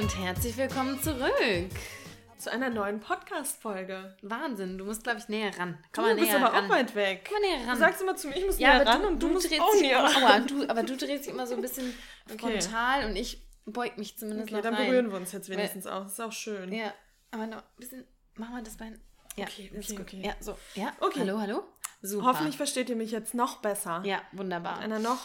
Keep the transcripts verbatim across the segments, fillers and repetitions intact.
und herzlich willkommen zurück zu einer neuen Podcast-Folge. Wahnsinn, du musst, glaube ich, näher ran. Komm du mal näher bist aber ran. auch weit weg. Komm mal näher ran. Du sagst immer zu mir, ich muss ja, näher ran du, und du, du musst drehst auch dich, näher ran. Aua, du, aber du drehst dich immer so ein bisschen Okay. frontal und ich beug mich zumindest Okay, noch dann rein. berühren wir uns jetzt wenigstens Weil, auch. Das ist auch schön. Ja, aber noch ein bisschen, machen wir das Bein. Ja, Okay, das ist okay, gut. okay. Ja, so. Ja, Okay. hallo, hallo. Super. Hoffentlich versteht ihr mich jetzt noch besser. Ja, wunderbar. Mit einer noch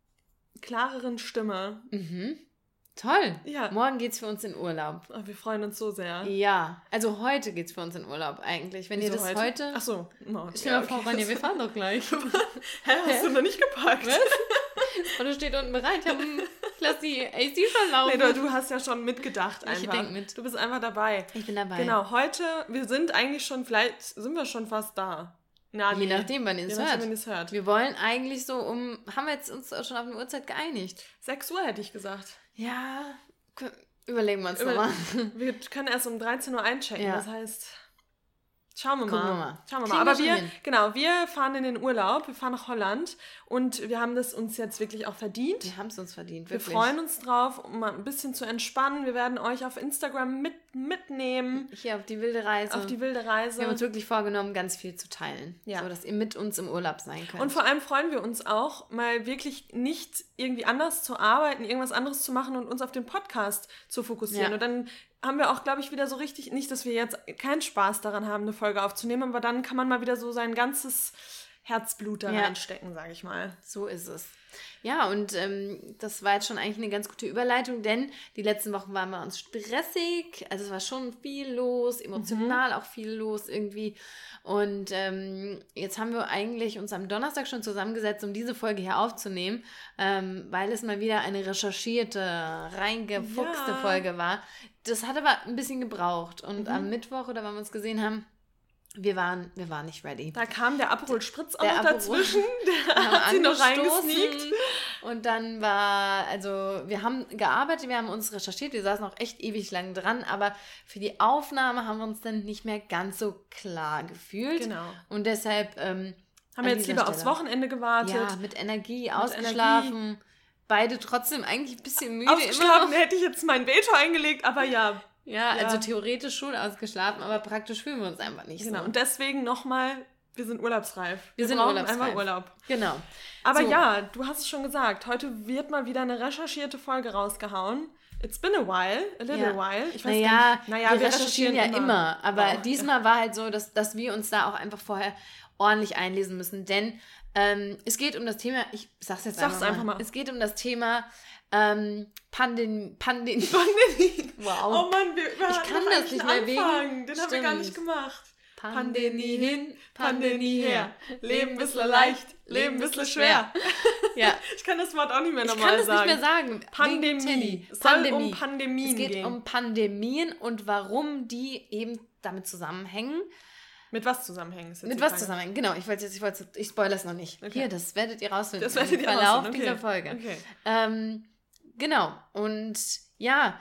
klareren Stimme. Mhm. Toll. Ja. Morgen geht's für uns in Urlaub. Oh, wir freuen uns so sehr. Ja, also heute geht's für uns in Urlaub eigentlich. Wenn Wieso ihr das heute... heute Ach so. Oh, stell dir mal vor, okay. Ronja, wir fahren doch gleich. Hä, hast du noch nicht gepackt? Was? Und du steht unten bereit. Ja, hm, ich lass die A C schon laufen. Nee, du, du hast ja schon mitgedacht einfach. Ich denk mit. Du bist einfach dabei. Ich bin dabei. Genau, heute, wir sind eigentlich schon, vielleicht sind wir schon fast da. Na, Je nee. nachdem, wann ihr es Je nachdem, hört. wann ihr es hört. Wir wollen eigentlich so um... Haben wir jetzt uns schon auf eine Uhrzeit geeinigt? sechs Uhr hätte ich gesagt. Ja, k- überlegen wir uns Über- nochmal. Wir können erst um dreizehn Uhr einchecken, Ja. das heißt, schauen wir Gucken mal. wir mal. Schauen wir Kriegen mal. wir Aber schon wir, hin. genau, wir fahren in den Urlaub, wir fahren nach Holland und wir haben das uns jetzt wirklich auch verdient. Wir haben es uns verdient, Wir wirklich. freuen uns drauf, um mal ein bisschen zu entspannen. Wir werden euch auf Instagram mit, mitnehmen Hier auf die wilde Reise. auf die wilde Reise. Wir haben uns wirklich vorgenommen, ganz viel zu teilen. Ja. So, dass ihr mit uns im Urlaub sein könnt. Und vor allem freuen wir uns auch, mal wirklich nicht irgendwie anders zu arbeiten, irgendwas anderes zu machen und uns auf den Podcast zu fokussieren. Ja. Und dann haben wir auch, glaube ich, wieder so richtig, nicht, dass wir jetzt keinen Spaß daran haben, eine Folge aufzunehmen, aber dann kann man mal wieder so sein ganzes Herzblut da Ja. reinstecken, sage ich mal. So ist es. Ja, und ähm, das war jetzt schon eigentlich eine ganz gute Überleitung, denn die letzten Wochen waren bei uns stressig. Also es war schon viel los, emotional Mhm. auch viel los irgendwie. Und ähm, jetzt haben wir eigentlich uns am Donnerstag schon zusammengesetzt, um diese Folge hier aufzunehmen, ähm, weil es mal wieder eine recherchierte, reingefuchste Ja. Folge war. Das hat aber ein bisschen gebraucht. Und Mhm. am Mittwoch, oder wann wir uns gesehen haben, wir waren, wir waren nicht ready. Da kam der Aperol Spritz auch Der noch Aperol. dazwischen. Der Wir haben hat sie noch angestoßen reingesneakt. und dann war, also wir haben gearbeitet, wir haben uns recherchiert, wir saßen auch echt ewig lang dran, aber für die Aufnahme haben wir uns dann nicht mehr ganz so klar gefühlt. Genau. Und deshalb ähm, Haben wir an jetzt dieser lieber aufs Stelle. Wochenende gewartet. Ja, mit Energie, ausgeschlafen, beide trotzdem eigentlich ein bisschen müde. Ausgeschlafen immer noch. hätte ich jetzt mein Veto eingelegt, aber ja. Ja, Ja. also theoretisch schon ausgeschlafen, aber praktisch fühlen wir uns einfach nicht Genau. so. Und deswegen nochmal, wir sind urlaubsreif. Wir sind brauchen urlaubsreif. einfach Urlaub. Genau. Aber So. ja, du hast es schon gesagt, heute wird mal wieder eine recherchierte Folge rausgehauen. It's been a while, a little Ja. while. Ich weiß Naja, gar nicht. Naja, wir, recherchieren ja immer, aber Oh, diesmal war halt so, dass, dass wir uns da auch einfach vorher ordentlich einlesen müssen, denn ähm, es geht um das Thema, ich sag's jetzt Sag's einfach, einfach mal. mal. Es geht um das Thema ähm, Pandemie. Pandemie. Pandemie. Wow. Oh Mann, wir, wir Ich hatten kann noch das eigentlich nicht einen mehr Anfang. wegen- Den haben wir gar Stimmt. nicht gemacht. Pandemie hin, Pandemie her. Leben bisschen leicht, Leben bisschen schwer. Ja, Ich kann das Wort auch nicht mehr ich kann normal das sagen. nicht mehr sagen. Wegen Pandemie. Teddy. Es soll Pandemie. um Pandemien Es geht gehen. um Pandemien und warum die eben damit zusammenhängen. Mit was zusammenhängen? Ist jetzt Mit die was Frage. zusammenhängen? Genau, ich wollte jetzt, ich wollte, ich spoilere es noch nicht. Okay. Hier, das werdet ihr rausfinden. Das werdet im ihr Verlauf rausfinden, okay. dieser Folge. Okay. Ähm, genau. Und ja,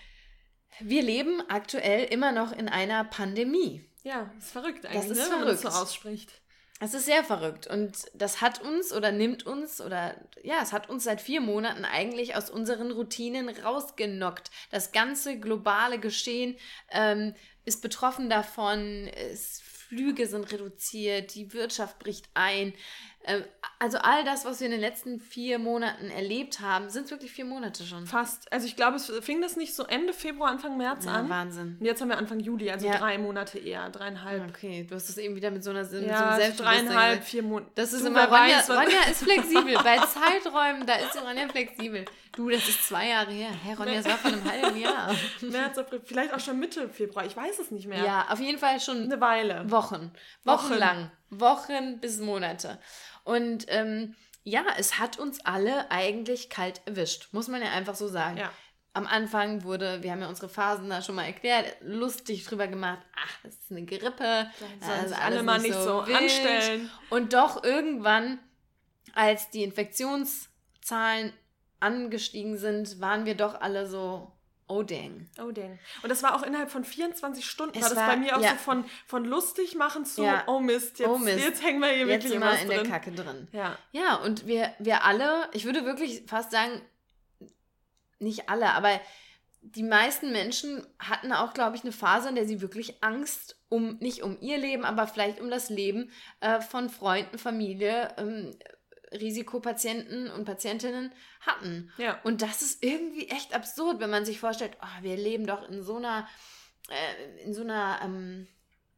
wir leben aktuell immer noch in einer Pandemie. Ja, ist verrückt eigentlich, ist ne, wenn man das so verrückt. ausspricht. Es ist sehr verrückt und das hat uns oder nimmt uns oder ja, es hat uns seit vier Monaten eigentlich aus unseren Routinen rausgenockt. Das ganze globale Geschehen ähm, ist betroffen davon, es, Flüge sind reduziert, die Wirtschaft bricht ein. Ähm, also all das, was wir in den letzten vier Monaten erlebt haben, sind es wirklich vier Monate schon. Fast. Also ich glaube, es fing das nicht so Ende Februar, Anfang März Ja, an. Wahnsinn. Und jetzt haben wir Anfang Juli, also Ja. drei Monate eher, dreieinhalb. Okay, du hast es eben wieder mit so einer Sinn, Ja, so einem so Selbstbewusstsein dreieinhalb, gesagt. vier Monate. Das ist Du, immer, wer Ronja, weiß, was- Ronja ist flexibel. Bei Zeiträumen, da ist die Ronja flexibel. Du, das ist zwei Jahre her. Hä, Ronja, das war vor einem halben Jahr. März, April, vielleicht auch schon Mitte Februar, ich weiß es nicht mehr. Ja, auf jeden Fall schon Eine Weile. Wochen. Wochen. Wochenlang. Wochen bis Monate. Und ähm, ja, es hat uns alle eigentlich kalt erwischt. Muss man ja einfach so sagen. Ja. Am Anfang wurde, wir haben ja unsere Phasen da schon mal erklärt, lustig drüber gemacht, ach, das ist eine Grippe. Sollen das ist sich alles alle mal nicht so wild. anstellen. Und doch irgendwann, als die Infektionszahlen angestiegen sind, waren wir doch alle so, oh dang. Oh dang. Und das war auch innerhalb von vierundzwanzig Stunden, Es war das war- bei mir auch ja. so von, von lustig machen zu, Ja. oh Mist, jetzt, Oh Mist. jetzt hängen wir hier Jetzt wirklich sind in wir was in drin. der Kacke drin. Ja. Ja, und wir, wir alle, ich würde wirklich fast sagen, nicht alle, aber die meisten Menschen hatten auch, glaube ich, eine Phase, in der sie wirklich Angst um, nicht um ihr Leben, aber vielleicht um das Leben äh, von Freunden, Familie, ähm, Risikopatienten und Patientinnen hatten. Ja. Und das ist irgendwie echt absurd, wenn man sich vorstellt, oh, wir leben doch in so einer, äh, in so einer ähm,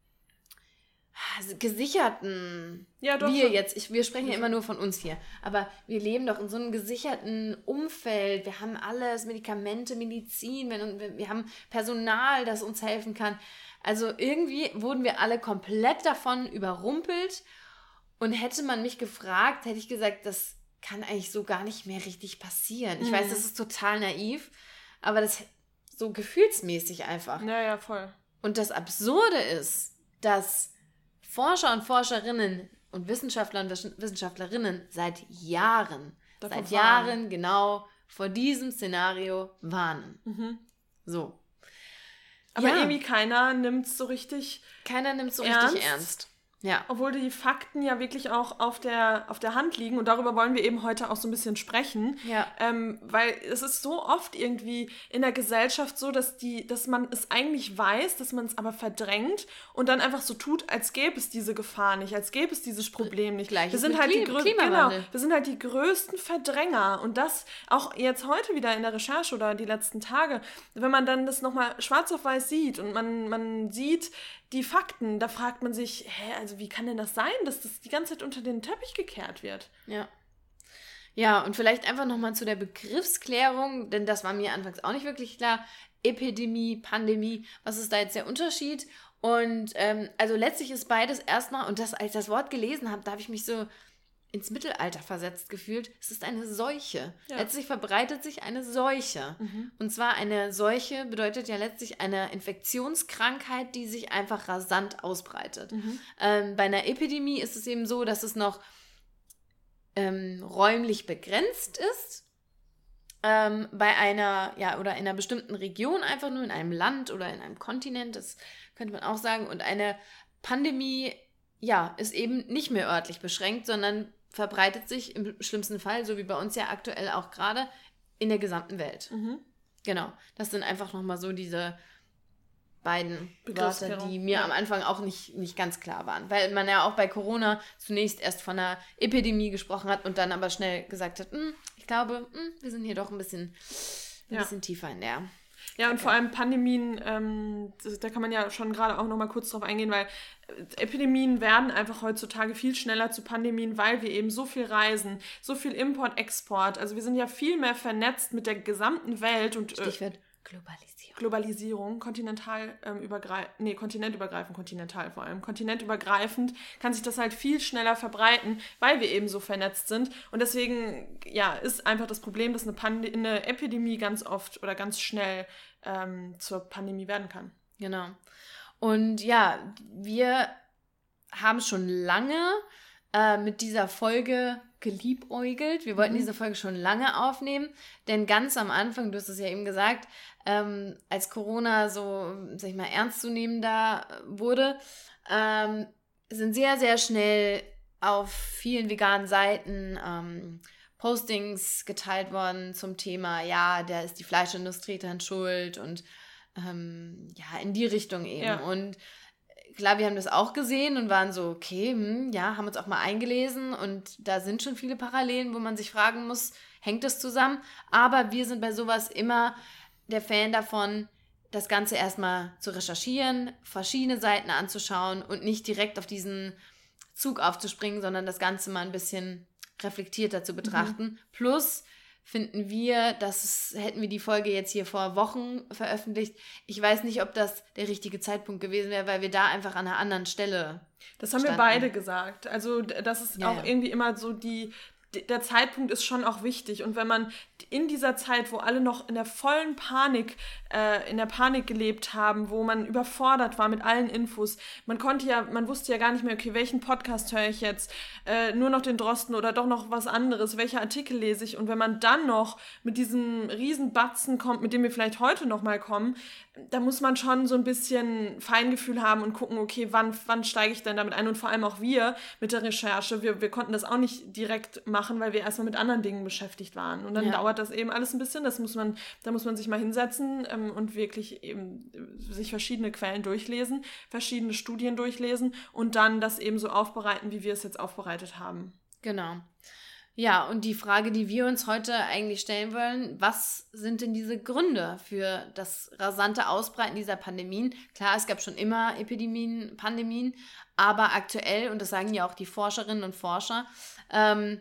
gesicherten, ja, doch, wir so. jetzt, ich, wir sprechen ja immer nur von uns hier, aber wir leben doch in so einem gesicherten Umfeld, wir haben alles, Medikamente, Medizin, wir, wir haben Personal, das uns helfen kann. Also irgendwie wurden wir alle komplett davon überrumpelt. Und hätte man mich gefragt, hätte ich gesagt, das kann eigentlich so gar nicht mehr richtig passieren. Ich mhm. weiß, das ist total naiv, aber das so gefühlsmäßig einfach. Ja, ja, voll. Und das Absurde ist, dass Forscher und Forscherinnen und Wissenschaftler und Wissenschaftlerinnen seit Jahren, Davon seit Jahren warnen. genau vor diesem Szenario warnen. Mhm. So. Aber ja. irgendwie keiner nimmt es so richtig Keiner nimmt es so ernst. richtig ernst. Ja. Obwohl die Fakten ja wirklich auch auf der, auf der Hand liegen und darüber wollen wir eben heute auch so ein bisschen sprechen. Ja. Ähm, weil es ist so oft irgendwie in der Gesellschaft so, dass, die, dass man es eigentlich weiß, dass man es aber verdrängt und dann einfach so tut, als gäbe es diese Gefahr nicht, als gäbe es dieses Problem nicht. Gleiches wir sind mit halt Klim- die grö- Klimawandel. Genau, wir sind halt die größten Verdränger und das auch jetzt heute wieder in der Recherche oder die letzten Tage, wenn man dann das nochmal schwarz auf weiß sieht und man, man sieht die Fakten, da fragt man sich, hä, also wie kann denn das sein, dass das die ganze Zeit unter den Teppich gekehrt wird? Ja. Ja, und vielleicht einfach nochmal zu der Begriffsklärung, denn das war mir anfangs auch nicht wirklich klar. Epidemie, Pandemie, was ist da jetzt der Unterschied? Und ähm, also letztlich ist beides erstmal, und das, als ich das Wort gelesen habe, da habe ich mich so ins Mittelalter versetzt gefühlt. Es ist eine Seuche. Ja. Letztlich verbreitet sich eine Seuche. Mhm. Und zwar eine Seuche bedeutet ja letztlich eine Infektionskrankheit, die sich einfach rasant ausbreitet. Mhm. Ähm, bei einer Epidemie ist es eben so, dass es noch ähm, räumlich begrenzt ist. Ähm, bei einer, ja, oder in einer bestimmten Region einfach nur, in einem Land oder in einem Kontinent, das könnte man auch sagen. Und eine Pandemie, ja, ist eben nicht mehr örtlich beschränkt, sondern verbreitet sich im schlimmsten Fall, so wie bei uns ja aktuell auch gerade, in der gesamten Welt. Mhm. Genau, das sind einfach nochmal so diese beiden Wörter, die mir ja. am Anfang auch nicht, nicht ganz klar waren. Weil man ja auch bei Corona zunächst erst von einer Epidemie gesprochen hat und dann aber schnell gesagt hat, ich glaube, mh, wir sind hier doch ein bisschen, ein ja. bisschen tiefer in der... Ja, und okay. vor allem Pandemien, ähm, das, da kann man ja schon gerade auch noch mal kurz drauf eingehen, weil Epidemien werden einfach heutzutage viel schneller zu Pandemien, weil wir eben so viel reisen, so viel Import, Export. Also wir sind ja viel mehr vernetzt mit der gesamten Welt. Und Stichwort äh, Globalisierung. Globalisierung, kontinental ähm, übergreifend, nee, kontinentübergreifend, kontinental vor allem. Kontinentübergreifend kann sich das halt viel schneller verbreiten, weil wir eben so vernetzt sind. Und deswegen, ja, ist einfach das Problem, dass eine, Pand- eine Epidemie ganz oft oder ganz schnell ähm, zur Pandemie werden kann. Genau. Und ja, wir haben schon lange äh, mit dieser Folge geliebäugelt. Wir wollten mhm. diese Folge schon lange aufnehmen, denn ganz am Anfang, du hast es ja eben gesagt, ähm, als Corona so, sag ich mal, ernstzunehmender wurde, ähm, sind sehr, sehr schnell auf vielen veganen Seiten ähm, Postings geteilt worden zum Thema, ja, da ist die Fleischindustrie dran schuld und ähm, ja, in die Richtung eben. Ja. Und klar, wir haben das auch gesehen und waren so, okay, hm, ja, haben uns auch mal eingelesen und da sind schon viele Parallelen, wo man sich fragen muss, hängt das zusammen? Aber wir sind bei sowas immer der Fan davon, das Ganze erstmal zu recherchieren, verschiedene Seiten anzuschauen und nicht direkt auf diesen Zug aufzuspringen, sondern das Ganze mal ein bisschen reflektierter zu betrachten. Mhm. Plus finden wir, dass es, hätten wir die Folge jetzt hier vor Wochen veröffentlicht, ich weiß nicht, ob das der richtige Zeitpunkt gewesen wäre, weil wir da einfach an einer anderen Stelle Das haben standen. wir beide gesagt. Also das ist ja, auch ja. irgendwie immer so die, der Zeitpunkt ist schon auch wichtig. Und wenn man in dieser Zeit, wo alle noch in der vollen Panik, äh, in der Panik gelebt haben, wo man überfordert war mit allen Infos, man konnte ja, man wusste ja gar nicht mehr, okay, welchen Podcast höre ich jetzt, äh, nur noch den Drosten oder doch noch was anderes, welche Artikel lese ich? Und wenn man dann noch mit diesem riesen Batzen kommt, mit dem wir vielleicht heute noch mal kommen, da muss man schon so ein bisschen Feingefühl haben und gucken, okay, wann, wann steige ich denn damit ein? Und vor allem auch wir mit der Recherche, wir, wir konnten das auch nicht direkt machen, weil wir erstmal mit anderen Dingen beschäftigt waren. Und dann ja. dauert das eben alles ein bisschen, das muss man, da muss man sich mal hinsetzen ähm, und wirklich eben sich verschiedene Quellen durchlesen, verschiedene Studien durchlesen und dann das eben so aufbereiten, wie wir es jetzt aufbereitet haben. Genau. Ja, und die Frage, die wir uns heute eigentlich stellen wollen, was sind denn diese Gründe für das rasante Ausbreiten dieser Pandemien? Klar, es gab schon immer Epidemien, Pandemien, aber aktuell, und das sagen ja auch die Forscherinnen und Forscher, ähm,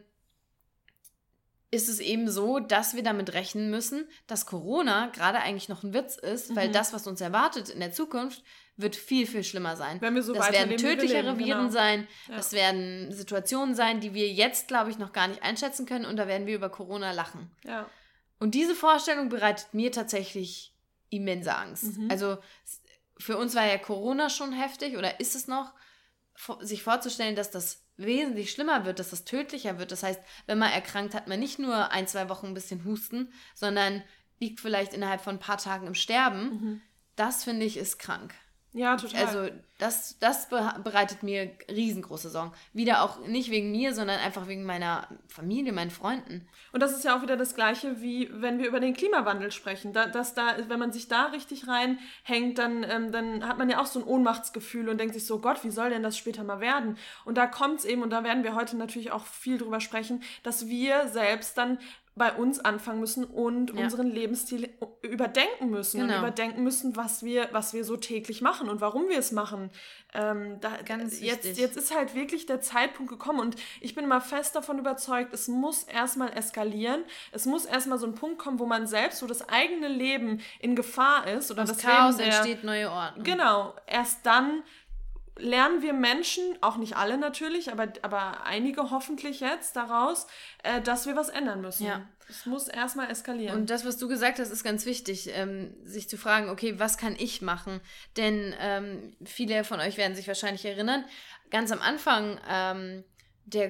ist es eben so, dass wir damit rechnen müssen, dass Corona gerade eigentlich noch ein Witz ist, mhm. weil das, was uns erwartet in der Zukunft, wird viel, viel schlimmer sein. Wenn wir so das werden tödlichere leben, Viren genau. sein, ja. das werden Situationen sein, die wir jetzt, glaube ich, noch gar nicht einschätzen können und da werden wir über Corona lachen. Ja. Und diese Vorstellung bereitet mir tatsächlich immense Angst. Mhm. Also für uns war ja Corona schon heftig oder ist es noch, sich vorzustellen, dass das wesentlich schlimmer wird, dass das tödlicher wird. Das heißt, wenn man erkrankt, hat man nicht nur ein, zwei Wochen ein bisschen Husten, sondern liegt vielleicht innerhalb von ein paar Tagen im Sterben. Mhm. Das, finde ich, ist krank. Ja, total. Also das, das bereitet mir riesengroße Sorgen. Wieder auch nicht wegen mir, sondern einfach wegen meiner Familie, meinen Freunden. Und das ist ja auch wieder das Gleiche, wie wenn wir über den Klimawandel sprechen. Da, dass da, wenn man sich da richtig reinhängt, dann, ähm, dann hat man ja auch so ein Ohnmachtsgefühl und denkt sich so, Gott, wie soll denn das später mal werden? Und da kommt es eben, und da werden wir heute natürlich auch viel drüber sprechen, dass wir selbst dann bei uns anfangen müssen und ja. unseren Lebensstil überdenken müssen genau. und überdenken müssen, was wir, was wir so täglich machen und warum wir es machen. Ähm, da, Ganz jetzt, wichtig. Jetzt ist halt wirklich der Zeitpunkt gekommen und ich bin mal fest davon überzeugt, es muss erstmal eskalieren, es muss erstmal so ein Punkt kommen, wo man selbst, wo das eigene Leben in Gefahr ist oder Aus das Chaos Leben der, entsteht neue Ordnung. Genau, erst dann lernen wir Menschen, auch nicht alle natürlich, aber, aber einige hoffentlich jetzt daraus, äh, dass wir was ändern müssen. Ja. Es muss erstmal eskalieren. Und das, was du gesagt hast, ist ganz wichtig, ähm, sich zu fragen, okay, was kann ich machen? Denn ähm, viele von euch werden sich wahrscheinlich erinnern, ganz am Anfang ähm, der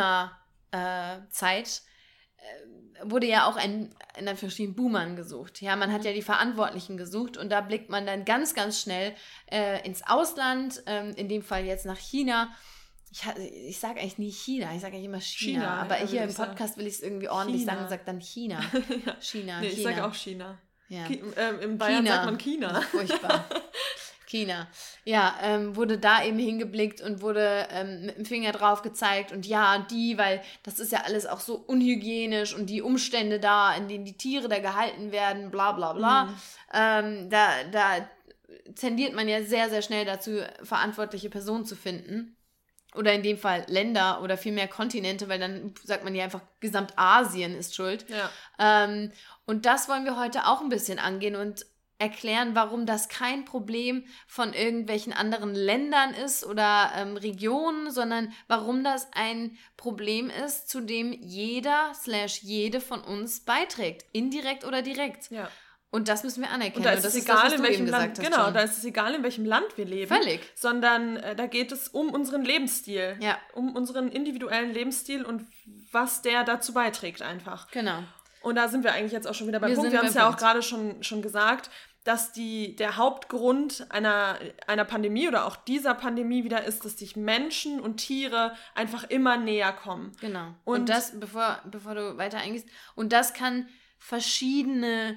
Corona-Zeit äh, wurde ja auch ein, in Anführungsstrichen, Boomern gesucht. Ja, man hat ja die Verantwortlichen gesucht und da blickt man dann ganz, ganz schnell äh, ins Ausland, ähm, in dem Fall jetzt nach China. Ich, ich sage eigentlich nie China, ich sage eigentlich immer China, China aber ja, hier im Podcast will ich es irgendwie ordentlich China. sagen und sage dann China. ja. China, nee, China. Ich sage auch China. Ja. Ki- äh, in Bayern China. sagt man China. Furchtbar. China. Ja, ähm, wurde da eben hingeblickt und wurde ähm, mit dem Finger drauf gezeigt und ja, die, weil das ist ja alles auch so unhygienisch und die Umstände da, in denen die Tiere da gehalten werden, bla bla bla, mhm. ähm, da, da tendiert man ja sehr, sehr schnell dazu, verantwortliche Personen zu finden. Oder in dem Fall Länder oder vielmehr Kontinente, weil dann sagt man ja einfach, Gesamtasien ist schuld. Ja. Ähm, und das wollen wir heute auch ein bisschen angehen und erklären, warum das kein Problem von irgendwelchen anderen Ländern ist oder ähm, Regionen, sondern warum das ein Problem ist, zu dem jeder slash jede von uns beiträgt, indirekt oder direkt. Ja. Und das müssen wir anerkennen. Und da ist es egal, in welchem Land, genau, da ist es egal, in welchem Land wir leben. Völlig. Sondern äh, da geht es um unseren Lebensstil. Ja. Um unseren individuellen Lebensstil und was der dazu beiträgt einfach. Genau. Und da sind wir eigentlich jetzt auch schon wieder beim wir Punkt. Wir haben es ja Punkt. auch gerade schon, schon gesagt, dass die, der Hauptgrund einer, einer Pandemie oder auch dieser Pandemie wieder ist, dass sich Menschen und Tiere einfach immer näher kommen. Genau. Und, und das, bevor, bevor du weiter eingehst, und das kann verschiedene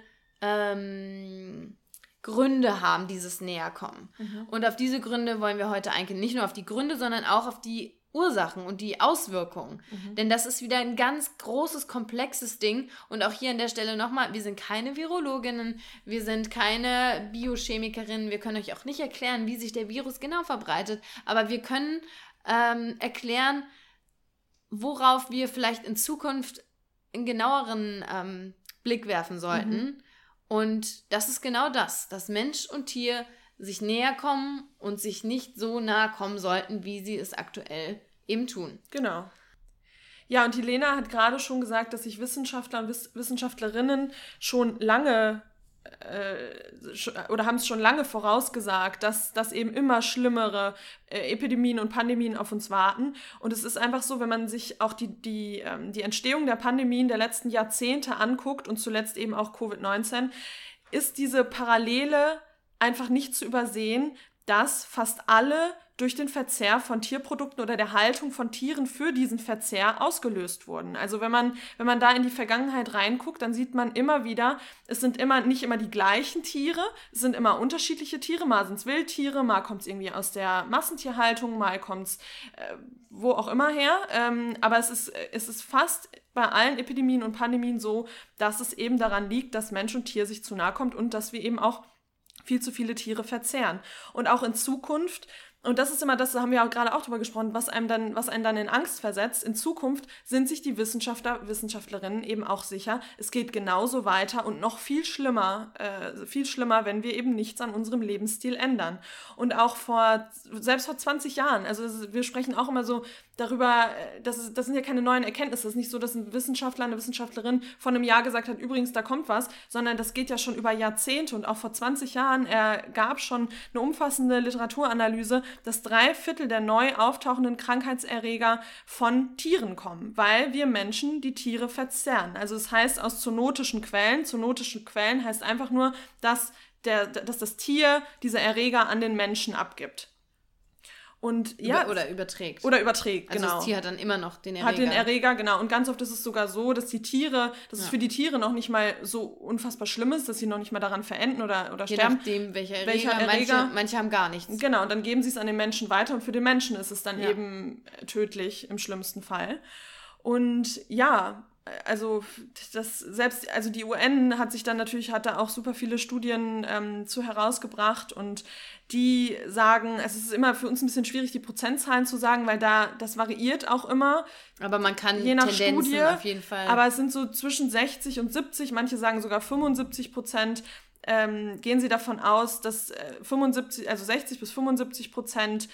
ähm, Gründe haben, dieses Näherkommen. Mhm. Und auf diese Gründe wollen wir heute eingehen. Nicht nur auf die Gründe, sondern auch auf die Ursachen und die Auswirkungen. Mhm. Denn das ist wieder ein ganz großes, komplexes Ding. Und auch hier an der Stelle nochmal, wir sind keine Virologinnen, wir sind keine Biochemikerinnen, wir können euch auch nicht erklären, wie sich der Virus genau verbreitet, aber wir können ähm, erklären, worauf wir vielleicht in Zukunft einen genaueren ähm, Blick werfen sollten. Mhm. Und das ist genau das, dass Mensch und Tier sich näher kommen und sich nicht so nahe kommen sollten, wie sie es aktuell eben tun. Genau. Ja, und die Lena hat gerade schon gesagt, dass sich Wissenschaftler und Wiss- Wissenschaftlerinnen schon lange äh, oder haben es schon lange vorausgesagt, dass, dass eben immer schlimmere äh, Epidemien und Pandemien auf uns warten. Und es ist einfach so, wenn man sich auch die, die, ähm, die Entstehung der Pandemien der letzten Jahrzehnte anguckt und zuletzt eben auch Covid neunzehn, ist diese Parallele einfach nicht zu übersehen, dass fast alle durch den Verzehr von Tierprodukten oder der Haltung von Tieren für diesen Verzehr ausgelöst wurden. Also wenn man, wenn man da in die Vergangenheit reinguckt, dann sieht man immer wieder, es sind immer nicht immer die gleichen Tiere, es sind immer unterschiedliche Tiere, mal sind es Wildtiere, mal kommt es irgendwie aus der Massentierhaltung, mal kommt es äh, wo auch immer her. Ähm, aber es ist, es ist fast bei allen Epidemien und Pandemien so, dass es eben daran liegt, dass Mensch und Tier sich zu nahe kommt und dass wir eben auch viel zu viele Tiere verzehren. Und auch in Zukunft, und das ist immer das, da haben wir ja gerade auch drüber gesprochen, was einem dann, was einen dann in Angst versetzt. In Zukunft sind sich die Wissenschaftler, Wissenschaftlerinnen eben auch sicher, es geht genauso weiter und noch viel schlimmer, äh, viel schlimmer, wenn wir eben nichts an unserem Lebensstil ändern. Und auch vor, selbst vor zwanzig Jahren, also wir sprechen auch immer so darüber, das, ist, das sind ja keine neuen Erkenntnisse. Es ist nicht so, dass ein Wissenschaftler, eine Wissenschaftlerin vor einem Jahr gesagt hat, übrigens, da kommt was, sondern das geht ja schon über Jahrzehnte und auch vor zwanzig Jahren er gab schon eine umfassende Literaturanalyse, dass drei Viertel der neu auftauchenden Krankheitserreger von Tieren kommen, weil wir Menschen die Tiere verzehren. Also es heißt aus zoonotischen Quellen, zoonotische Quellen heißt einfach nur, dass, der, dass das Tier diese Erreger an den Menschen abgibt. Und, ja, oder überträgt. Oder überträgt, also genau. Das Tier hat dann immer noch den Erreger. Hat den Erreger, genau. Und ganz oft ist es sogar so, dass die Tiere, dass ja. es für die Tiere noch nicht mal so unfassbar schlimm ist, dass sie noch nicht mal daran verenden oder, oder Je sterben. Je nachdem, welcher Erreger. welcher Erreger. Manche, manche haben gar nichts. Genau, und dann geben sie es an den Menschen weiter und für den Menschen ist es dann ja. eben tödlich im schlimmsten Fall. Und ja, also das selbst, also die U N hat sich dann natürlich, hat da auch super viele Studien ähm, zu herausgebracht und die sagen, es ist immer für uns ein bisschen schwierig, die Prozentzahlen zu sagen, weil da, das variiert auch immer. Aber man kann je nach Tendenzen Studie, auf jeden Fall. Aber es sind so zwischen sechzig und siebzig, manche sagen sogar fünfundsiebzig Prozent, ähm, gehen sie davon aus, dass äh, fünfundsiebzig, also sechzig bis fünfundsiebzig Prozent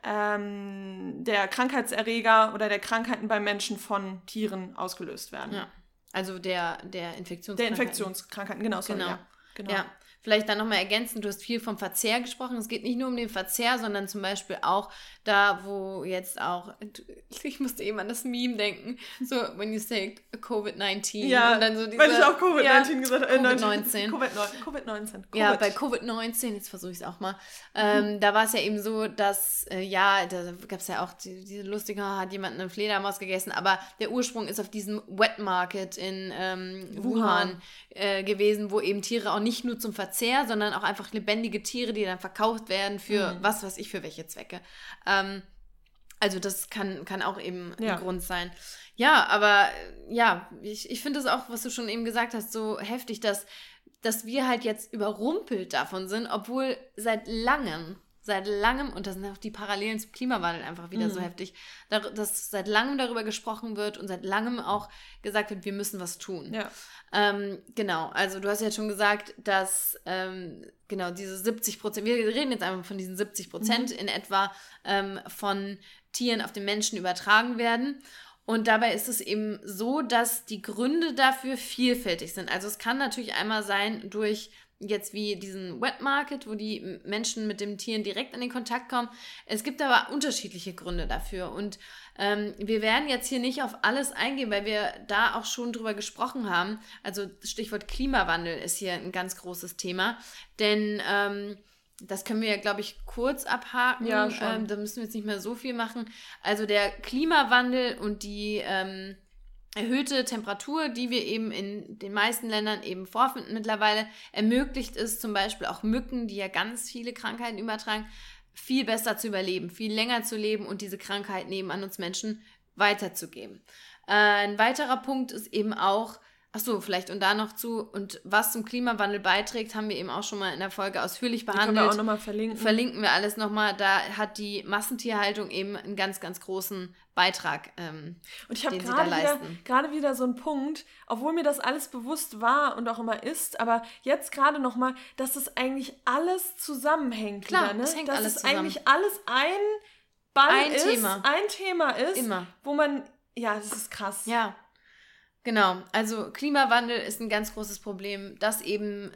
ähm, der Krankheitserreger oder der Krankheiten bei Menschen von Tieren ausgelöst werden. Ja, also der, der Infektionskrankheiten. Der Infektionskrankheiten, genau. Sorry, genau. Ja, genau. Ja. Vielleicht dann nochmal ergänzen, du hast viel vom Verzehr gesprochen. Es geht nicht nur um den Verzehr, sondern zum Beispiel auch da, wo jetzt auch, ich musste eben an das Meme denken, so, when you say Covid neunzehn. Ja, und dann so diese, weil ich auch Covid neunzehn ja, gesagt habe. Äh, Covid neunzehn. Covid neunzehn. Ja, bei Covid neunzehn, jetzt versuche ich es auch mal, ähm, mhm. da war es ja eben so, dass, äh, ja, da gab es ja auch die, diese lustige, hat jemand eine Fledermaus gegessen, aber der Ursprung ist auf diesem Wet Market in ähm, Wuhan, Wuhan äh, gewesen, wo eben Tiere auch nicht nur zum Verzehr, sondern auch einfach lebendige Tiere, die dann verkauft werden für mhm. was weiß ich, für welche Zwecke. Ähm, also das kann, kann auch eben ja. ein Grund sein. Ja, aber ja, ich, ich finde es auch, was du schon eben gesagt hast, so heftig, dass, dass wir halt jetzt überrumpelt davon sind, obwohl seit langem, seit langem, und das sind auch die Parallelen zum Klimawandel einfach wieder mhm. so heftig, dass seit langem darüber gesprochen wird und seit langem auch gesagt wird, wir müssen was tun. Ja. Ähm, genau, also du hast ja schon gesagt, dass ähm, genau diese siebzig Prozent, wir reden jetzt einfach von diesen siebzig Prozent mhm. in etwa ähm, von Tieren auf den Menschen übertragen werden. Und dabei ist es eben so, dass die Gründe dafür vielfältig sind. Also es kann natürlich einmal sein durch jetzt wie diesen Wet Market, wo die Menschen mit den Tieren direkt in den Kontakt kommen. Es gibt aber unterschiedliche Gründe dafür und ähm, wir werden jetzt hier nicht auf alles eingehen, weil wir da auch schon drüber gesprochen haben. Also Stichwort Klimawandel ist hier ein ganz großes Thema, denn ähm, das können wir ja, glaube ich, kurz abhaken. Ja, schon. Ähm, da müssen wir jetzt nicht mehr so viel machen. Also der Klimawandel und die ähm, erhöhte Temperatur, die wir eben in den meisten Ländern eben vorfinden mittlerweile, ermöglicht es zum Beispiel auch Mücken, die ja ganz viele Krankheiten übertragen, viel besser zu überleben, viel länger zu leben und diese Krankheiten eben an uns Menschen weiterzugeben. Äh, ein weiterer Punkt ist eben auch, ach so, vielleicht und da noch zu, und was zum Klimawandel beiträgt, haben wir eben auch schon mal in der Folge ausführlich behandelt. Die können wir auch nochmal verlinken. Verlinken wir alles nochmal. Da hat die Massentierhaltung eben einen ganz, ganz großen Beitrag, ähm, und ich habe gerade wieder, gerade wieder so einen Punkt, obwohl mir das alles bewusst war und auch immer ist, aber jetzt gerade nochmal, dass das eigentlich alles zusammenhängt. Klar, wieder, ne? das hängt dass alles es zusammen. eigentlich alles ein Ball ein ist, Thema. ein Thema ist, Immer. wo man, ja, das ist krass. Ja, genau. Also Klimawandel ist ein ganz großes Problem, das eben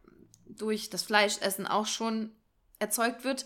durch das Fleischessen auch schon erzeugt wird.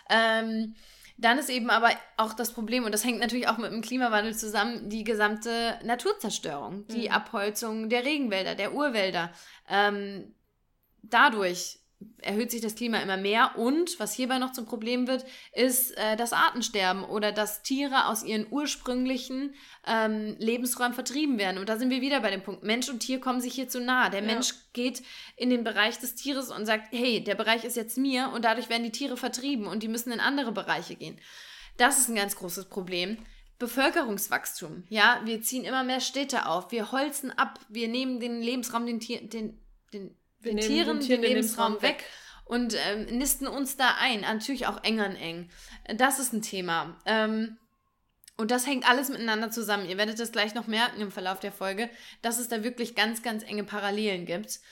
Ähm, Dann ist eben aber auch das Problem, und das hängt natürlich auch mit dem Klimawandel zusammen, die gesamte Naturzerstörung, die mhm. Abholzung der Regenwälder, der Urwälder. Ähm, dadurch erhöht sich das Klima immer mehr und, was hierbei noch zum Problem wird, ist äh, das Artensterben oder dass Tiere aus ihren ursprünglichen ähm, Lebensräumen vertrieben werden. Und da sind wir wieder bei dem Punkt, Mensch und Tier kommen sich hier zu nah. Der ja. Mensch geht in den Bereich des Tieres und sagt, hey, der Bereich ist jetzt mir und dadurch werden die Tiere vertrieben und die müssen in andere Bereiche gehen. Das ist ein ganz großes Problem. Bevölkerungswachstum, ja, wir ziehen immer mehr Städte auf, wir holzen ab, wir nehmen den Lebensraum, den, Tier, den, den Wir den Tieren den, Tieren den Lebensraum, Lebensraum weg, weg und ähm, nisten uns da ein. Natürlich auch eng an eng. Das ist ein Thema. Ähm, und das hängt alles miteinander zusammen. Ihr werdet das gleich noch merken im Verlauf der Folge, dass es da wirklich ganz, ganz enge Parallelen gibt.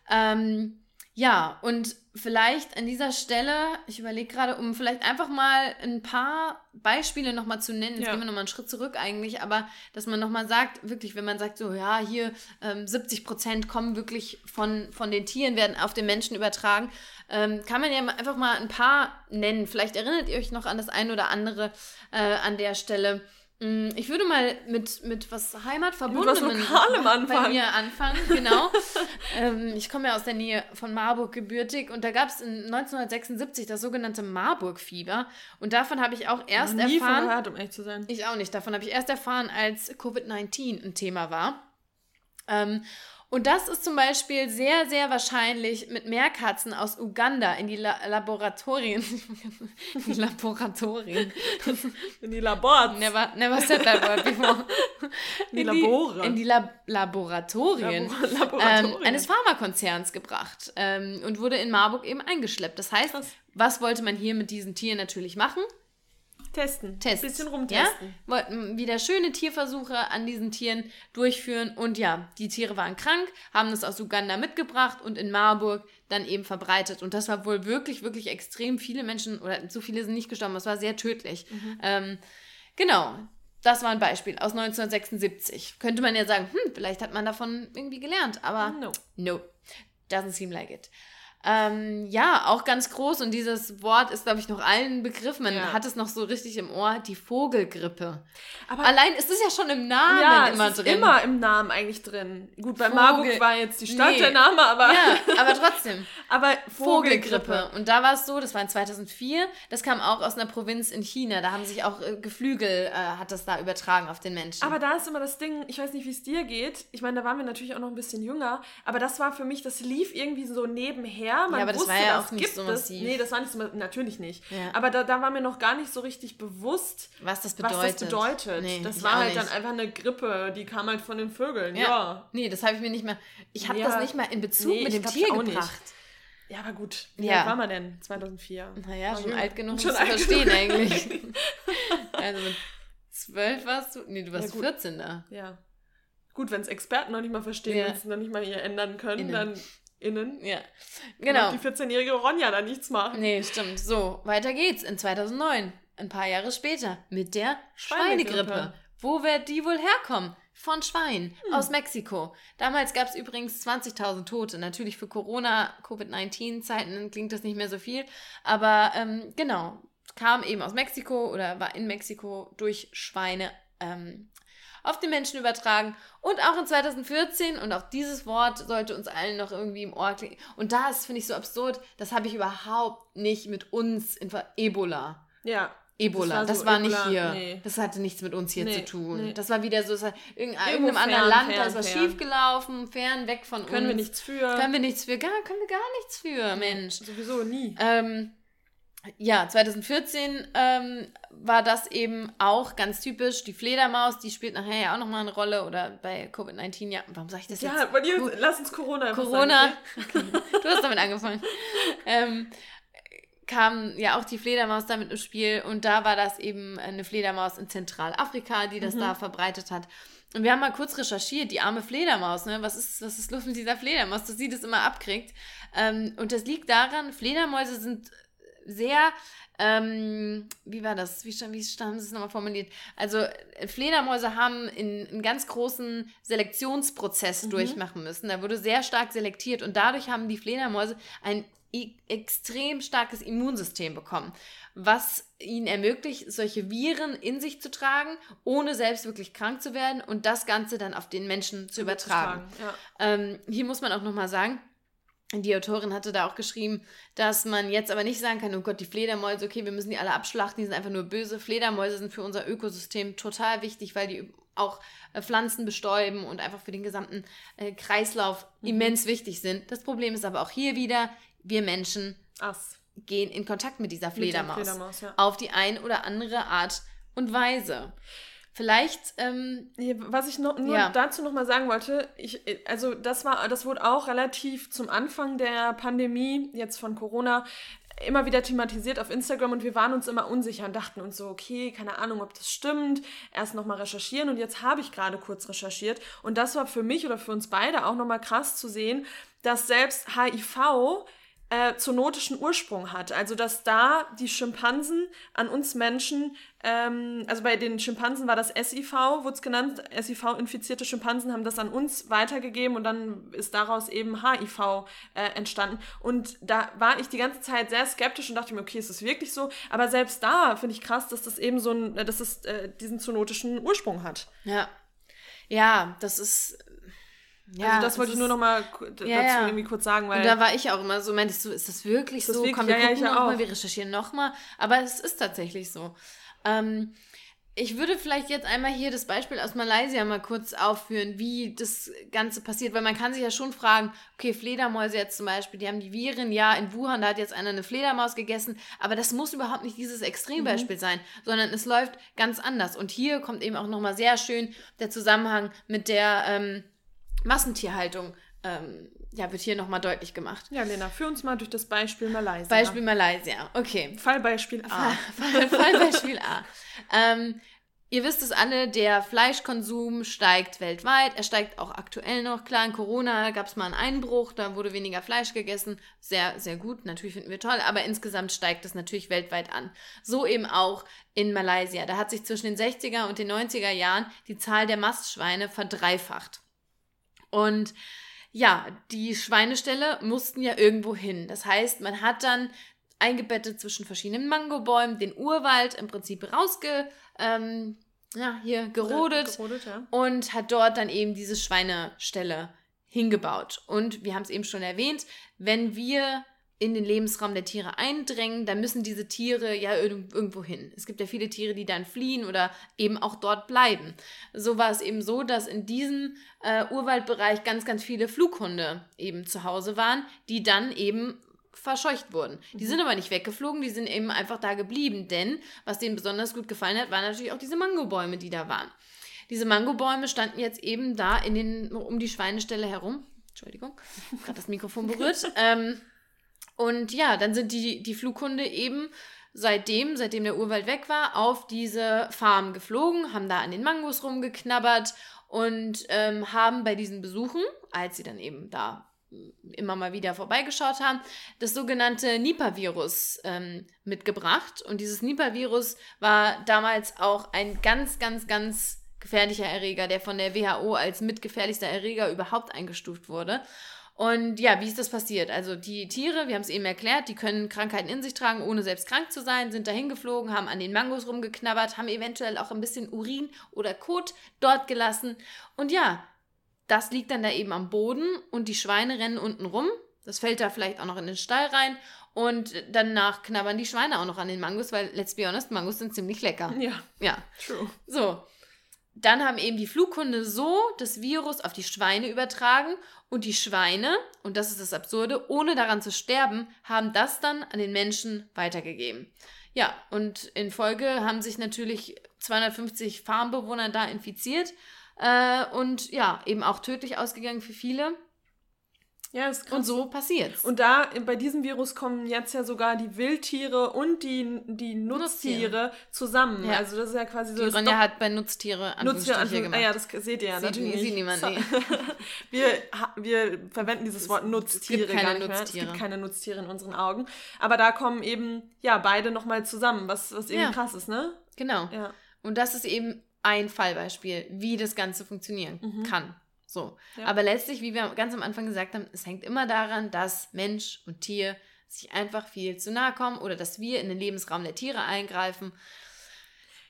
Ähm, ja, und vielleicht an dieser Stelle, ich überlege gerade, um vielleicht einfach mal ein paar Beispiele nochmal zu nennen, jetzt ja. gehen wir nochmal einen Schritt zurück eigentlich, aber dass man nochmal sagt, wirklich, wenn man sagt so, ja, hier ähm, siebzig Prozent kommen wirklich von, von den Tieren, werden auf den Menschen übertragen, ähm, kann man ja einfach mal ein paar nennen. Vielleicht erinnert ihr euch noch an das ein oder andere äh, an der Stelle. Ich würde mal mit, mit was Heimatverbundenem bei mir anfangen, genau. ähm, ich komme ja aus der Nähe von Marburg gebürtig und da gab es in neunzehnhundertsechsundsiebzig das sogenannte Marburg-Fieber und davon habe ich auch erst nie erfahren... Von gehört, um echt zu sein. Ich auch nicht. Davon habe ich erst erfahren, als Covid neunzehn ein Thema war. Ähm, Und das ist zum Beispiel sehr, sehr wahrscheinlich mit Meerkatzen aus Uganda in die La- Laboratorien. die Laboratorien. In die Labors. Never, never said that word before. In die Labore. In die Lab- Laboratorien, Labor- Laboratorien. Ähm, eines Pharmakonzerns gebracht ähm, und wurde in Marburg eben eingeschleppt. Das heißt, Krass. Was wollte man hier mit diesen Tieren natürlich machen? Testen. Tests. Ein bisschen rumtesten. Ja? Wollten wieder schöne Tierversuche an diesen Tieren durchführen. Und ja, die Tiere waren krank, haben das aus Uganda mitgebracht und in Marburg dann eben verbreitet. Und das war wohl wirklich, wirklich extrem viele Menschen, oder so viele sind nicht gestorben, es war sehr tödlich. Mhm. Ähm, genau, das war ein Beispiel aus neunzehnhundertsechsundsiebzig. Könnte man ja sagen, hm, vielleicht hat man davon irgendwie gelernt, aber no, no doesn't seem like it. Ähm, ja, auch ganz groß und dieses Wort ist, glaube ich, noch allen Begriff. Man ja. hat es noch so richtig im Ohr, die Vogelgrippe. Aber allein ist es ja schon im Namen ja, immer es ist drin. immer im Namen eigentlich drin. Gut, bei Vogel- Marburg war jetzt die Stadt Nee. der Name, aber... Ja, aber trotzdem. aber Vogelgrippe. Vogelgrippe. Und da war es so, das war in zweitausendvier, das kam auch aus einer Provinz in China. Da haben sich auch äh, Geflügel, äh, hat das da übertragen auf den Menschen. Aber da ist immer das Ding, ich weiß nicht, wie es dir geht. Ich meine, da waren wir natürlich auch noch ein bisschen jünger. Aber das war für mich, das lief irgendwie so nebenher. Man ja, aber das wusste, war ja das auch nicht gibt so es. massiv. Nee, das war nicht so, natürlich nicht. Ja. Aber da, da war mir noch gar nicht so richtig bewusst, was das bedeutet. Was das bedeutet. Nee, das ich war auch halt nicht. dann einfach eine Grippe, die kam halt von den Vögeln. Ja. Ja. Nee, das habe ich mir nicht mehr, ich habe Ja. das nicht mal in Bezug Nee, mit ich dem glaub, Tier ich auch gebracht. Nicht. Ja, aber gut. Wie Ja. alt war man denn? zweitausendvier. Naja, War schon jung. alt genug, Schon um zu alt verstehen genug. eigentlich. Also mit zwölf warst du, nee, du warst Ja, gut. vierzehn da. Ja. Gut, wenn es Experten noch nicht mal verstehen, Ja. wenn es noch nicht mal hier ändern können, Innen. dann innen. Ja, Kann genau. auch die vierzehnjährige Ronja da nichts machen. Nee, stimmt. So, weiter geht's. In zweitausendneun, ein paar Jahre später, mit der Schweinegrippe. Schweinegrippe. Wo wird die wohl herkommen? Von Schweinen Hm. aus Mexiko. Damals gab es übrigens zwanzigtausend Tote. Natürlich für Corona, Covid neunzehn Zeiten klingt das nicht mehr so viel. Aber ähm, genau, kam eben aus Mexiko oder war in Mexiko durch Schweine ähm, auf den Menschen übertragen. Und auch in zweitausendvierzehn, und auch dieses Wort sollte uns allen noch irgendwie im Ohr klingen. Und das finde ich so absurd, das habe ich überhaupt nicht mit uns in Ver- Ebola. Ja. Ebola, das so war, Ebola, nicht hier. nee. Das hatte nichts mit uns hier Nee, zu tun. nee. Das war wieder so, es war irgendein, Irgendwo irgendeinem anderen fern, Land, da fern, ist was fern. schiefgelaufen, fern, weg von Können uns. wir nichts für. Können wir nichts für, gar, können wir gar nichts für, Mensch. Sowieso nie. Ähm, ja, zweitausendvierzehn ähm, war das eben auch ganz typisch. Die Fledermaus, die spielt nachher ja auch nochmal eine Rolle. Oder bei Covid neunzehn, ja, warum sage ich das Ja, jetzt? bei dir, lass uns Corona einfach Corona, sagen. okay. Du hast damit angefangen. ähm, kam ja auch die Fledermaus damit im Spiel. Und da war das eben eine Fledermaus in Zentralafrika, die das Mhm. da verbreitet hat. Und wir haben mal kurz recherchiert, die arme Fledermaus, ne? Was ist, was ist los mit dieser Fledermaus, dass sie das immer abkriegt? Ähm, und das liegt daran, Fledermäuse sind sehr, ähm, wie war das? Wie, stand- wie haben sie es nochmal formuliert? Also äh, Fledermäuse haben in, einen ganz großen Selektionsprozess Mhm. durchmachen müssen. Da wurde sehr stark selektiert und dadurch haben die Fledermäuse ein i- extrem starkes Immunsystem bekommen, was ihnen ermöglicht, solche Viren in sich zu tragen, ohne selbst wirklich krank zu werden und das Ganze dann auf den Menschen zu übertragen. Ja. Ähm, hier muss man auch nochmal sagen, die Autorin hatte da auch geschrieben, dass man jetzt aber nicht sagen kann, oh Gott, die Fledermäuse, okay, wir müssen die alle abschlachten, die sind einfach nur böse. Fledermäuse sind für unser Ökosystem total wichtig, weil die auch äh, Pflanzen bestäuben und einfach für den gesamten äh, Kreislauf mhm. immens wichtig sind. Das Problem ist aber auch hier wieder, wir Menschen Ass. gehen in Kontakt mit dieser Fledermaus, mit der Fledermaus ja. auf die ein oder andere Art und Weise. Vielleicht, ähm, was ich noch, nur ja. dazu noch mal sagen wollte, ich, also das war, das wurde auch relativ zum Anfang der Pandemie, jetzt von Corona, immer wieder thematisiert auf Instagram und wir waren uns immer unsicher und dachten uns so, okay, keine Ahnung, ob das stimmt, erst nochmal recherchieren und jetzt habe ich gerade kurz recherchiert und das war für mich oder für uns beide auch nochmal krass zu sehen, dass selbst H I V äh, zoonotischen Ursprung hat, also dass da die Schimpansen an uns Menschen, ähm, also bei den Schimpansen war das S I V, wurde es genannt, S I V-infizierte Schimpansen haben das an uns weitergegeben und dann ist daraus eben H I V äh, entstanden und da war ich die ganze Zeit sehr skeptisch und dachte mir, okay, ist das wirklich so? Aber selbst da finde ich krass, dass das eben so ein, dass es äh, diesen zoonotischen Ursprung hat. Ja, ja, das ist... Ja, also das wollte ich nur noch mal dazu ja, ja. irgendwie kurz sagen, weil... Und da war ich auch immer so, meintest du, ist das wirklich ist das so? Wirklich? Komm, wir ja, gucken ja, nochmal, wir recherchieren nochmal. Aber es ist tatsächlich so. Ähm, ich würde vielleicht jetzt einmal hier das Beispiel aus Malaysia mal kurz aufführen, wie das Ganze passiert, weil man kann sich ja schon fragen, okay, Fledermäuse jetzt zum Beispiel, die haben die Viren, ja, in Wuhan, da hat jetzt einer eine Fledermaus gegessen, aber das muss überhaupt nicht dieses Extrembeispiel mhm. sein, sondern es läuft ganz anders. Und hier kommt eben auch nochmal sehr schön der Zusammenhang mit der... Ähm, Massentierhaltung ähm, ja, wird hier nochmal deutlich gemacht. Ja, Lena, führ uns mal durch das Beispiel Malaysia. Beispiel Malaysia, okay. Fallbeispiel A. Fall, Fallbeispiel A. Ähm, ihr wisst es alle, der Fleischkonsum steigt weltweit. Er steigt auch aktuell noch. Klar, in Corona gab es mal einen Einbruch, da wurde weniger Fleisch gegessen. Sehr, sehr gut, natürlich finden wir toll, aber insgesamt steigt es natürlich weltweit an. So eben auch in Malaysia. Da hat sich zwischen den sechziger und den neunziger Jahren die Zahl der Mastschweine verdreifacht. Und ja, die Schweineställe mussten ja irgendwo hin. Das heißt, man hat dann eingebettet zwischen verschiedenen Mangobäumen den Urwald im Prinzip rausge, ähm, ja, hier gerodet, gerodet ja. und hat dort dann eben diese Schweineställe hingebaut. Und wir haben es eben schon erwähnt, wenn wir in den Lebensraum der Tiere eindrängen, dann müssen diese Tiere ja irgendwo hin. Es gibt ja viele Tiere, die dann fliehen oder eben auch dort bleiben. So war es eben so, dass in diesem äh, Urwaldbereich ganz, ganz viele Flughunde eben zu Hause waren, die dann eben verscheucht wurden. Die mhm. sind aber nicht weggeflogen, die sind eben einfach da geblieben, denn was denen besonders gut gefallen hat, waren natürlich auch diese Mangobäume, die da waren. Diese Mangobäume standen jetzt eben da in den, um die Schweineställe herum. Entschuldigung, gerade das Mikrofon berührt. ähm, Und ja, dann sind die, die Flughunde eben seitdem, seitdem der Urwald weg war, auf diese Farm geflogen, haben da an den Mangos rumgeknabbert und ähm, haben bei diesen Besuchen, als sie dann eben da immer mal wieder vorbeigeschaut haben, das sogenannte Nipah-Virus ähm, mitgebracht. Und dieses Nipah-Virus war damals auch ein ganz, ganz, ganz gefährlicher Erreger, der von der W H O als mitgefährlichster Erreger überhaupt eingestuft wurde. Und ja, wie ist das passiert? Also die Tiere, wir haben es eben erklärt, die können Krankheiten in sich tragen, ohne selbst krank zu sein, sind dahin geflogen, haben an den Mangos rumgeknabbert, haben eventuell auch ein bisschen Urin oder Kot dort gelassen. Und ja, das liegt dann da eben am Boden und die Schweine rennen unten rum. Das fällt da vielleicht auch noch in den Stall rein. Und danach knabbern die Schweine auch noch an den Mangos, weil, let's be honest, Mangos sind ziemlich lecker. Ja, ja. True. So, dann haben eben die Flughunde so das Virus auf die Schweine übertragen und die Schweine, und das ist das Absurde, ohne daran zu sterben, haben das dann an den Menschen weitergegeben. Ja, und in Folge haben sich natürlich zweihundertfünfzig Farmbewohner da infiziert äh, und ja, eben auch tödlich ausgegangen für viele. Ja, ist krass. Und so passiert's. Und da, bei diesem Virus kommen jetzt ja sogar die Wildtiere und die, die Nutztiere, Nutztiere. zusammen. Ja. Also das ist ja quasi so... Die Ronja hat bei Nutztiere Anführungsstriche Nutztiere, gemacht. Ah ja, das seht ihr ja sieht, natürlich sieht niemand, nee. wir, wir verwenden dieses Wort Nutztiere es gibt keine gar nicht Nutztiere. mehr. Es gibt keine Nutztiere in unseren Augen. Aber da kommen eben, ja, beide nochmal zusammen, was, was eben ja. krass ist, ne? Genau. Ja. Und das ist eben ein Fallbeispiel, wie das Ganze funktionieren mhm. kann. So. Ja. Aber letztlich, wie wir ganz am Anfang gesagt haben, es hängt immer daran, dass Mensch und Tier sich einfach viel zu nahe kommen oder dass wir in den Lebensraum der Tiere eingreifen.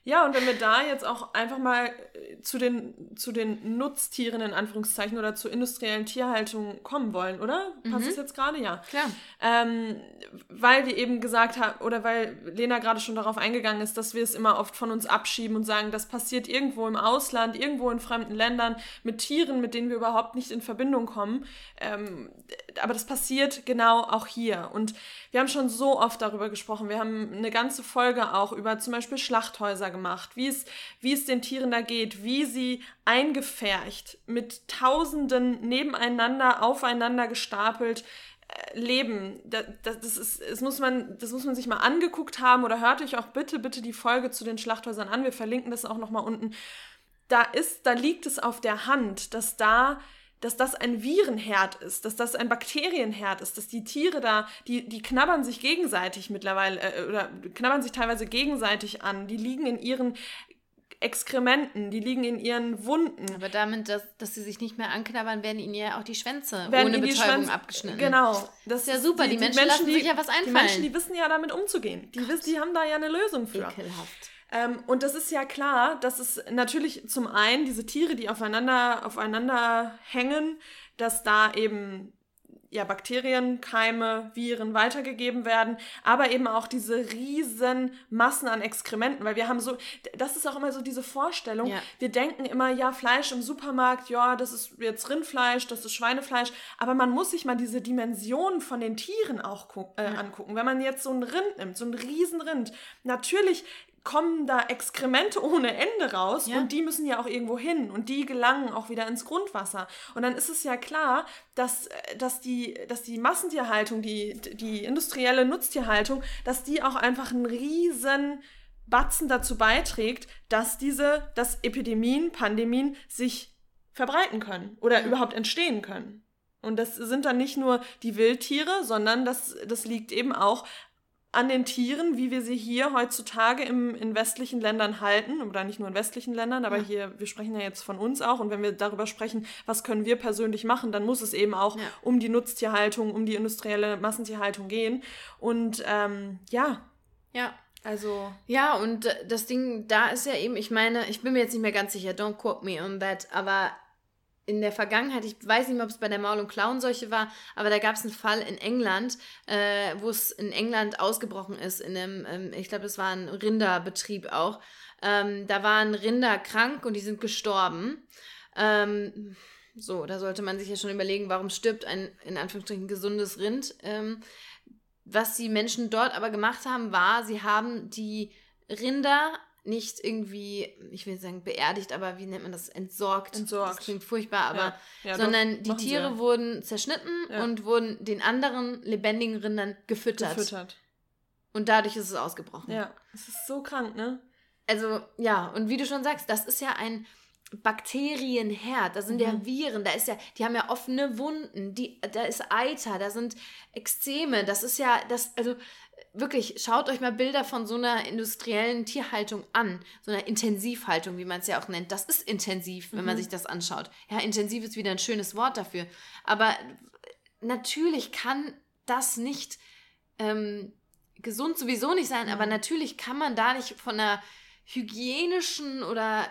Ja, und wenn wir da jetzt auch einfach mal zu den, zu den Nutztieren in Anführungszeichen oder zur industriellen Tierhaltung kommen wollen, oder? Mhm. Passt das jetzt gerade? Ja. Klar. Ähm, weil wir eben gesagt haben, oder weil Lena gerade schon darauf eingegangen ist, dass wir es immer oft von uns abschieben und sagen, das passiert irgendwo im Ausland, irgendwo in fremden Ländern mit Tieren, mit denen wir überhaupt nicht in Verbindung kommen. Ähm, aber das passiert genau auch hier. Und wir haben schon so oft darüber gesprochen. Wir haben eine ganze Folge auch über zum Beispiel Schlachthäuser gemacht, wie es, wie es den Tieren da geht, wie sie eingepfercht mit Tausenden nebeneinander, aufeinander gestapelt äh, leben. Das, das, das, ist, das, muss man, das muss man sich mal angeguckt haben oder hört euch auch bitte, bitte die Folge zu den Schlachthäusern an. Wir verlinken das auch nochmal unten. Da, ist, da liegt es auf der Hand, dass da dass das ein Virenherd ist, dass das ein Bakterienherd ist, dass die Tiere da, die, die knabbern sich gegenseitig mittlerweile, äh, oder knabbern sich teilweise gegenseitig an, die liegen in ihren Exkrementen, die liegen in ihren Wunden. Aber damit, dass, dass sie sich nicht mehr anknabbern, werden ihnen ja auch die Schwänze ohne Betäubung Schwänze, abgeschnitten. Genau. Das ist ja super, die, die, Menschen, die Menschen lassen die, sich ja was einfallen. Die Menschen, die wissen ja damit umzugehen. Die, wissen, die haben da ja eine Lösung für. Ekelhaft. Ähm, und das ist ja klar, dass es natürlich zum einen diese Tiere, die aufeinander, aufeinander hängen, dass da eben ja, Bakterien, Keime, Viren weitergegeben werden, aber eben auch diese riesen Massen an Exkrementen, weil wir haben so, das ist auch immer so diese Vorstellung, ja. Wir denken immer, ja, Fleisch im Supermarkt, ja, das ist jetzt Rindfleisch, das ist Schweinefleisch, aber man muss sich mal diese Dimensionen von den Tieren auch gu- äh, ja. angucken. Wenn man jetzt so ein Rind nimmt, so ein Riesenrind, natürlich kommen da Exkremente ohne Ende raus ja. und die müssen ja auch irgendwo hin und die gelangen auch wieder ins Grundwasser. Und dann ist es ja klar, dass, dass, die, dass die Massentierhaltung, die, die industrielle Nutztierhaltung, dass die auch einfach einen riesen Batzen dazu beiträgt, dass diese, dass Epidemien, Pandemien sich verbreiten können oder ja. überhaupt entstehen können. Und das sind dann nicht nur die Wildtiere, sondern das, das liegt eben auch an den Tieren, wie wir sie hier heutzutage im, in westlichen Ländern halten, oder nicht nur in westlichen Ländern, aber ja. hier, wir sprechen ja jetzt von uns auch, und wenn wir darüber sprechen, was können wir persönlich machen, dann muss es eben auch ja. um die Nutztierhaltung, um die industrielle Massentierhaltung gehen. Und ähm, ja. Ja. Also. Ja, und das Ding da ist ja eben, ich meine, ich bin mir jetzt nicht mehr ganz sicher, don't quote me on that, aber in der Vergangenheit, ich weiß nicht mehr, ob es bei der Maul- und Klauenseuche war, aber da gab es einen Fall in England, äh, wo es in England ausgebrochen ist, in einem, ähm, ich glaube, es war ein Rinderbetrieb auch. Ähm, da waren Rinder krank und die sind gestorben. Ähm, so, da sollte man sich ja schon überlegen, warum stirbt ein, in Anführungsstrichen, gesundes Rind. Ähm, was die Menschen dort aber gemacht haben, war, sie haben die Rinder nicht irgendwie, ich will sagen beerdigt, aber wie nennt man das? Entsorgt. Entsorgt. Das klingt furchtbar, aber ja. Ja, sondern doch, die Tiere ja. wurden zerschnitten ja. und wurden den anderen lebendigen Rindern gefüttert. Gefüttert. Und dadurch ist es ausgebrochen. Ja, es ist so krank, ne? Also, ja, und wie du schon sagst, das ist ja ein Bakterienherd, da sind mhm. ja Viren, da ist ja, die haben ja offene Wunden, die, da ist Eiter, da sind Ekzeme, das ist ja, das, also wirklich, schaut euch mal Bilder von so einer industriellen Tierhaltung an, so einer Intensivhaltung, wie man es ja auch nennt. Das ist intensiv, wenn mhm. man sich das anschaut. Ja, intensiv ist wieder ein schönes Wort dafür. Aber natürlich kann das nicht ähm, gesund sowieso nicht sein, mhm. aber natürlich kann man da nicht von einer hygienischen oder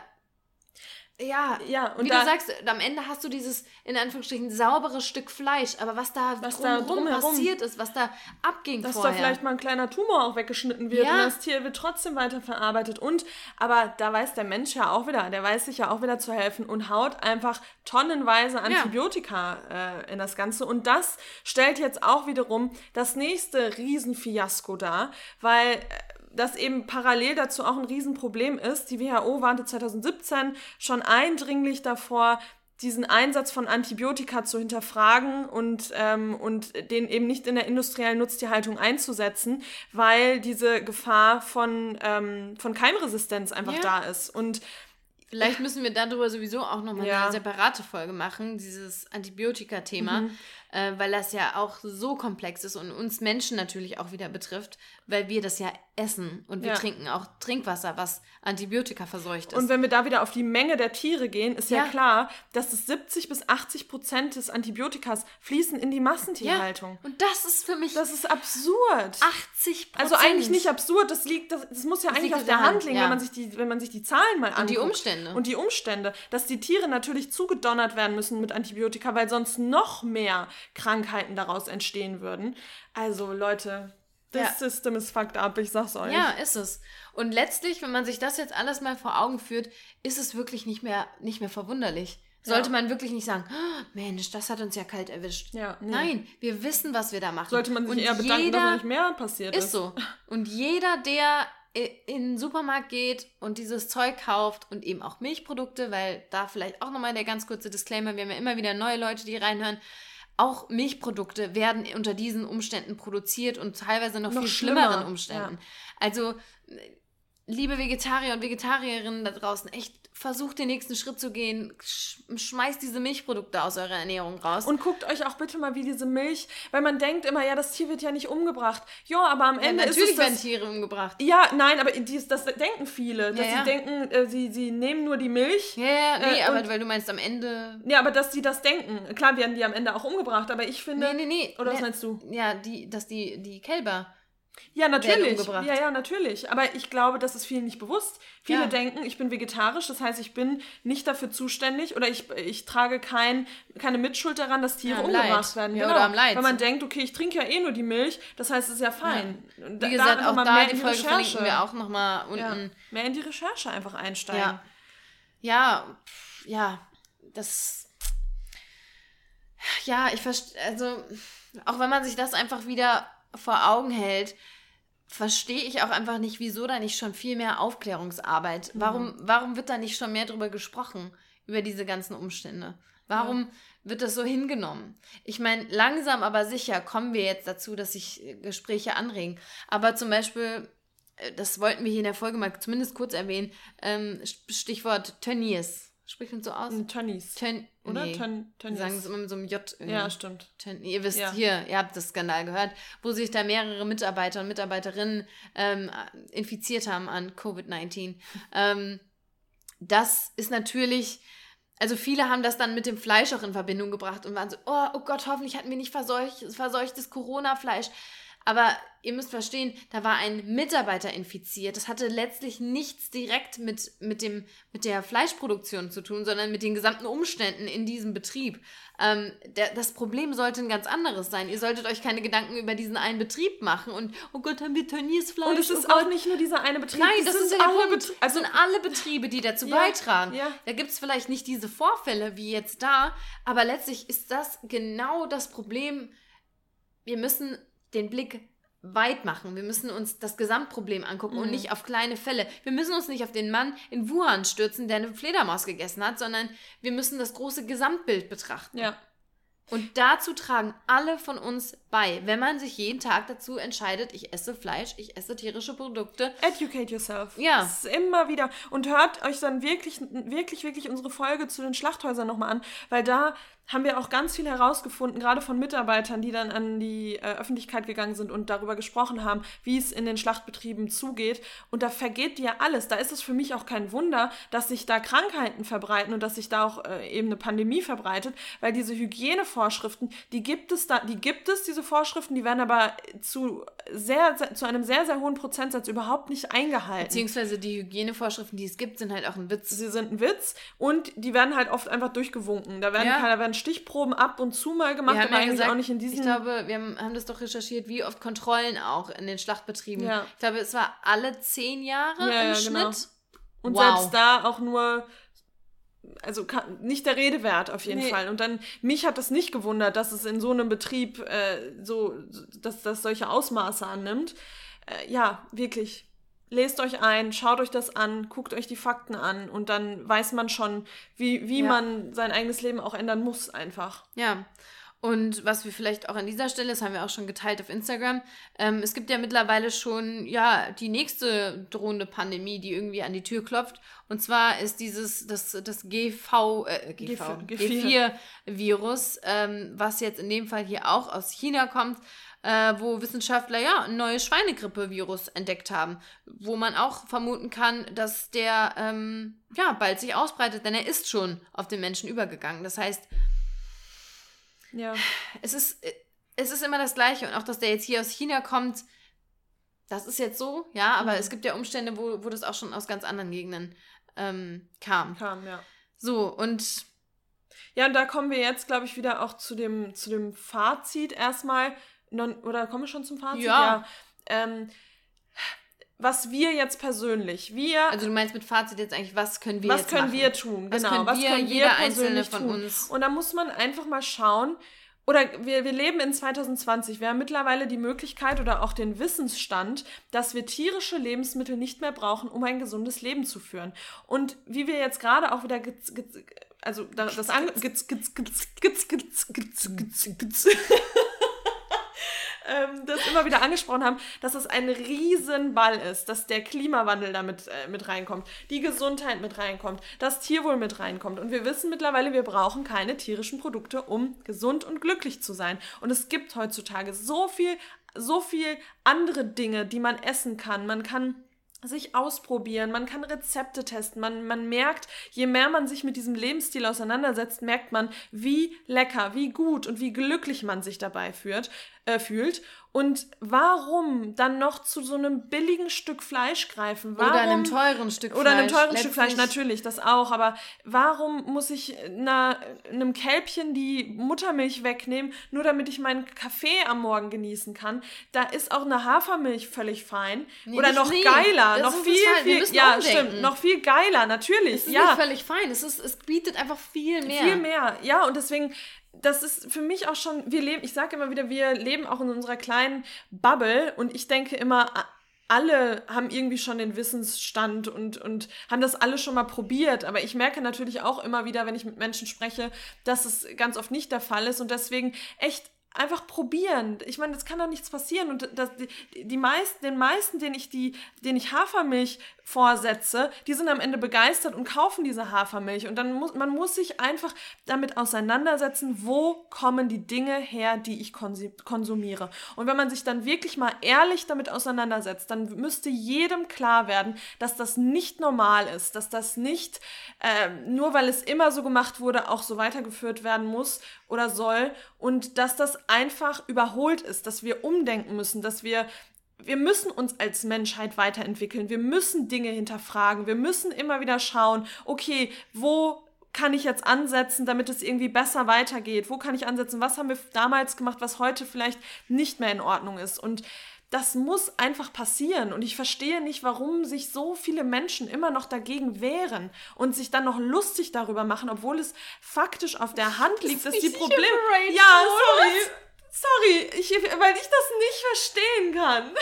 Ja, ja und wie da, du sagst, am Ende hast du dieses, in Anführungsstrichen, sauberes Stück Fleisch, aber was da was drumherum da drumherum passiert ist, was da abging dass vorher. Dass da vielleicht mal ein kleiner Tumor auch weggeschnitten wird ja. und das Tier wird trotzdem weiterverarbeitet. Und, aber da weiß der Mensch ja auch wieder, der weiß sich ja auch wieder zu helfen und haut einfach tonnenweise Antibiotika ja. äh, in das Ganze. Und das stellt jetzt auch wiederum das nächste Riesenfiasko dar, weil das eben parallel dazu auch ein Riesenproblem ist. Die W H O warnte zwanzig siebzehn schon eindringlich davor, diesen Einsatz von Antibiotika zu hinterfragen und, ähm, und den eben nicht in der industriellen Nutztierhaltung einzusetzen, weil diese Gefahr von, ähm, von Keimresistenz einfach ja. da ist. Und vielleicht müssen wir darüber sowieso auch nochmal ja. eine separate Folge machen, dieses Antibiotika-Thema, mhm. äh, weil das ja auch so komplex ist und uns Menschen natürlich auch wieder betrifft, weil wir das ja essen und wir ja. trinken auch Trinkwasser, was Antibiotika verseucht ist. Und wenn wir da wieder auf die Menge der Tiere gehen, ist ja, ja klar, dass es siebzig bis achtzig Prozent des Antibiotikas fließen in die Massentierhaltung. Ja. Und das ist für mich... Das ist absurd. achtzig Prozent. Also eigentlich nicht absurd, das liegt, das, das muss ja das eigentlich auf der Hand, Hand liegen, ja. wenn man sich die, wenn man sich die Zahlen mal anguckt. Und die Umstände. Und die Umstände, dass die Tiere natürlich zugedonnert werden müssen mit Antibiotika, weil sonst noch mehr Krankheiten daraus entstehen würden. Also Leute... Das ja. System ist fucked up, ich sag's euch. Ja, ist es. Und letztlich, wenn man sich das jetzt alles mal vor Augen führt, ist es wirklich nicht mehr, nicht mehr verwunderlich. Sollte ja. man wirklich nicht sagen, oh, Mensch, das hat uns ja kalt erwischt. Ja, nee. Nein, wir wissen, was wir da machen. Sollte man sich und eher bedanken, jeder, dass noch nicht mehr passiert ist. Ist so. Und jeder, der in den Supermarkt geht und dieses Zeug kauft und eben auch Milchprodukte, weil da vielleicht auch nochmal der ganz kurze Disclaimer, wir haben ja immer wieder neue Leute, die reinhören, auch Milchprodukte werden unter diesen Umständen produziert und teilweise noch, noch viel schlimmer. schlimmeren Umständen. Ja. Also, liebe Vegetarier und Vegetarierinnen da draußen, echt versucht den nächsten Schritt zu gehen, schmeißt diese Milchprodukte aus eurer Ernährung raus. Und guckt euch auch bitte mal, wie diese Milch, weil man denkt immer, ja, das Tier wird ja nicht umgebracht. Ja, aber am Ende ja, ist es natürlich werden Tiere umgebracht. Ja, nein, aber dies, das denken viele, dass ja, ja. sie denken, äh, sie, sie nehmen nur die Milch. Ja, ja, nee, äh, aber weil du meinst am Ende... Ja, aber dass sie das denken. Klar werden die am Ende auch umgebracht, aber ich finde... Nee, nee, nee. Oder nee, was meinst du? Ja, die, dass die, die Kälber... Ja, natürlich. Ja, ja, natürlich. Aber ich glaube, das ist vielen nicht bewusst. Viele ja. denken, ich bin vegetarisch, das heißt, ich bin nicht dafür zuständig oder ich, ich trage kein, keine Mitschuld daran, dass Tiere ja, umgebracht Leid. werden. Ja, genau. Oder am Leid. Weil man denkt, okay, ich trinke ja eh nur die Milch, das heißt, es ist ja fein. Ja. Wie da, gesagt, da auch da die Folge verlinken wir auch nochmal unten. Ja. Mehr in die Recherche einfach einsteigen. Ja, ja, ja das... Ja, ich verstehe, also auch wenn man sich das einfach wieder vor Augen hält, verstehe ich auch einfach nicht, wieso da nicht schon viel mehr Aufklärungsarbeit, mhm. warum, warum wird da nicht schon mehr drüber gesprochen, über diese ganzen Umstände? Warum ja. wird das so hingenommen? Ich meine, langsam aber sicher kommen wir jetzt dazu, dass sich Gespräche anregen, aber zum Beispiel, das wollten wir hier in der Folge mal zumindest kurz erwähnen, ähm, Stichwort Tönnies. Spricht man so aus? Tönnies. Tön- Oder? Nee. Tön- Tönnies. Sagen es immer mit so einem J. Irgendwie. Ja, stimmt. Tön- ihr wisst, ja. hier, ihr habt das Skandal gehört, wo sich da mehrere Mitarbeiter und Mitarbeiterinnen ähm, infiziert haben an Covid neunzehn. ähm, das ist natürlich, also viele haben das dann mit dem Fleisch auch in Verbindung gebracht und waren so, oh, oh Gott, hoffentlich hatten wir nicht verseucht, verseuchtes Corona-Fleisch. Aber ihr müsst verstehen, da war ein Mitarbeiter infiziert. Das hatte letztlich nichts direkt mit, mit, dem, mit der Fleischproduktion zu tun, sondern mit den gesamten Umständen in diesem Betrieb. Ähm, der, das Problem sollte ein ganz anderes sein. Ihr solltet euch keine Gedanken über diesen einen Betrieb machen und, oh Gott, haben wir Tönnies Fleisch? Und es ist oh auch nicht nur dieser eine Betrieb. Nein, das, das ist sind ja alle der Betrie- also sind alle Betriebe, die dazu ja, beitragen. Ja. Da gibt es vielleicht nicht diese Vorfälle wie jetzt da, aber letztlich ist das genau das Problem. Wir müssen den Blick weit machen. Wir müssen uns das Gesamtproblem angucken mhm. und nicht auf kleine Fälle. Wir müssen uns nicht auf den Mann in Wuhan stürzen, der eine Fledermaus gegessen hat, sondern wir müssen das große Gesamtbild betrachten. Ja. Und dazu tragen alle von uns bei, wenn man sich jeden Tag dazu entscheidet, ich esse Fleisch, ich esse tierische Produkte. Educate yourself. Ja. Das ist immer wieder. Und hört euch dann wirklich, wirklich, wirklich unsere Folge zu den Schlachthäusern nochmal an, weil da haben wir auch ganz viel herausgefunden, gerade von Mitarbeitern, die dann an die äh, Öffentlichkeit gegangen sind und darüber gesprochen haben, wie es in den Schlachtbetrieben zugeht. Und da vergeht dir alles. Da ist es für mich auch kein Wunder, dass sich da Krankheiten verbreiten und dass sich da auch äh, eben eine Pandemie verbreitet, weil diese Hygienevorschriften, die gibt es da, die gibt es, diese Vorschriften, die werden aber zu sehr, sehr zu einem sehr, sehr hohen Prozentsatz überhaupt nicht eingehalten. Beziehungsweise die Hygienevorschriften, die es gibt, sind halt auch ein Witz. Sie sind ein Witz und die werden halt oft einfach durchgewunken. Da werden, ja. da werden Stichproben ab und zu mal gemacht, aber ja eigentlich gesagt, auch nicht in diesen... Ich glaube, wir haben, haben das doch recherchiert, wie oft Kontrollen auch in den Schlachtbetrieben. Ja. Ich glaube, es war alle zehn Jahre ja, im ja, Schnitt. Genau. Und wow. selbst da auch nur... Also kann, nicht der Rede wert auf jeden nee. Fall. Und dann, mich hat das nicht gewundert, dass es in so einem Betrieb äh, so, dass das solche Ausmaße annimmt. Äh, ja, wirklich. Lest euch ein, schaut euch das an, guckt euch die Fakten an und dann weiß man schon, wie, wie ja. man sein eigenes Leben auch ändern muss einfach. Ja, Und was wir vielleicht auch an dieser Stelle, das haben wir auch schon geteilt auf Instagram, ähm, es gibt ja mittlerweile schon ja die nächste drohende Pandemie, die irgendwie an die Tür klopft. Und zwar ist dieses, das, das G V, äh, G V, G vier Virus, ähm, was jetzt in dem Fall hier auch aus China kommt, äh, wo Wissenschaftler ja ein neues Schweinegrippevirus entdeckt haben, wo man auch vermuten kann, dass der ähm, ja bald sich ausbreitet, denn er ist schon auf den Menschen übergegangen. Das heißt, ja. Es ist, es ist immer das Gleiche. Und auch, dass der jetzt hier aus China kommt, das ist jetzt so, ja, aber mhm. es gibt ja Umstände, wo, wo das auch schon aus ganz anderen Gegenden ähm, kam. Kam, ja. So, und ja, und da kommen wir jetzt, glaube ich, wieder auch zu dem, zu dem Fazit erstmal. Non, oder kommen wir schon zum Fazit? Ja. ja. Ähm, was wir jetzt persönlich, wir... Also du meinst mit Fazit jetzt eigentlich, was können wir was jetzt können machen? Wir tun? Was genau, können was wir, können wir jeder persönlich Einzelne von tun? uns? Und da muss man einfach mal schauen, oder wir, wir leben in zwanzig zwanzig, wir haben mittlerweile die Möglichkeit oder auch den Wissensstand, dass wir tierische Lebensmittel nicht mehr brauchen, um ein gesundes Leben zu führen. Und wie wir jetzt gerade auch wieder... Ge- ge- also das... das an, ge- ge- ge- ge- ge- ge- ge- das immer wieder angesprochen haben, dass es ein Riesenball ist, dass der Klimawandel damit äh, mit reinkommt, die Gesundheit mit reinkommt, das Tierwohl mit reinkommt. Und wir wissen mittlerweile, wir brauchen keine tierischen Produkte, um gesund und glücklich zu sein. Und es gibt heutzutage so viel, so viel andere Dinge, die man essen kann. Man kann sich ausprobieren, man kann Rezepte testen, man, man merkt, je mehr man sich mit diesem Lebensstil auseinandersetzt, merkt man, wie lecker, wie gut und wie glücklich man sich dabei führt, äh, fühlt. Und warum dann noch zu so einem billigen Stück Fleisch greifen? Warum, oder einem teuren Stück Fleisch. Oder einem teuren Stück Fleisch, natürlich, das auch. Aber warum muss ich einer, einem Kälbchen die Muttermilch wegnehmen, nur damit ich meinen Kaffee am Morgen genießen kann? Da ist auch eine Hafermilch völlig fein. Nee, oder noch nie. geiler, das noch viel, viel, ja, umdenken. Stimmt, noch viel geiler, natürlich. Es ist ja. nicht völlig fein, es, ist, es bietet einfach viel mehr. Viel mehr, ja, und deswegen... Das ist für mich auch schon, wir leben, ich sage immer wieder, wir leben auch in unserer kleinen Bubble und ich denke immer, alle haben irgendwie schon den Wissensstand und, und haben das alle schon mal probiert, aber ich merke natürlich auch immer wieder, wenn ich mit Menschen spreche, dass es ganz oft nicht der Fall ist und deswegen echt einfach probieren. Ich meine, das kann doch nichts passieren und das, die, die meisten, den meisten, denen ich die, denen ich Hafermilch vorsetze, die sind am Ende begeistert und kaufen diese Hafermilch und dann muss, man muss sich einfach damit auseinandersetzen, wo kommen die Dinge her, die ich konsumiere. Und wenn man sich dann wirklich mal ehrlich damit auseinandersetzt, dann müsste jedem klar werden, dass das nicht normal ist, dass das nicht, äh, nur weil es immer so gemacht wurde, auch so weitergeführt werden muss oder soll und dass das einfach überholt ist, dass wir umdenken müssen, dass wir Wir müssen uns als Menschheit weiterentwickeln, wir müssen Dinge hinterfragen, wir müssen immer wieder schauen, okay, wo kann ich jetzt ansetzen, damit es irgendwie besser weitergeht, wo kann ich ansetzen, was haben wir damals gemacht, was heute vielleicht nicht mehr in Ordnung ist und das muss einfach passieren und ich verstehe nicht, warum sich so viele Menschen immer noch dagegen wehren und sich dann noch lustig darüber machen, obwohl es faktisch auf der Hand liegt, dass die Probleme... Ja, sorry. Sorry, ich, weil ich das nicht verstehen kann.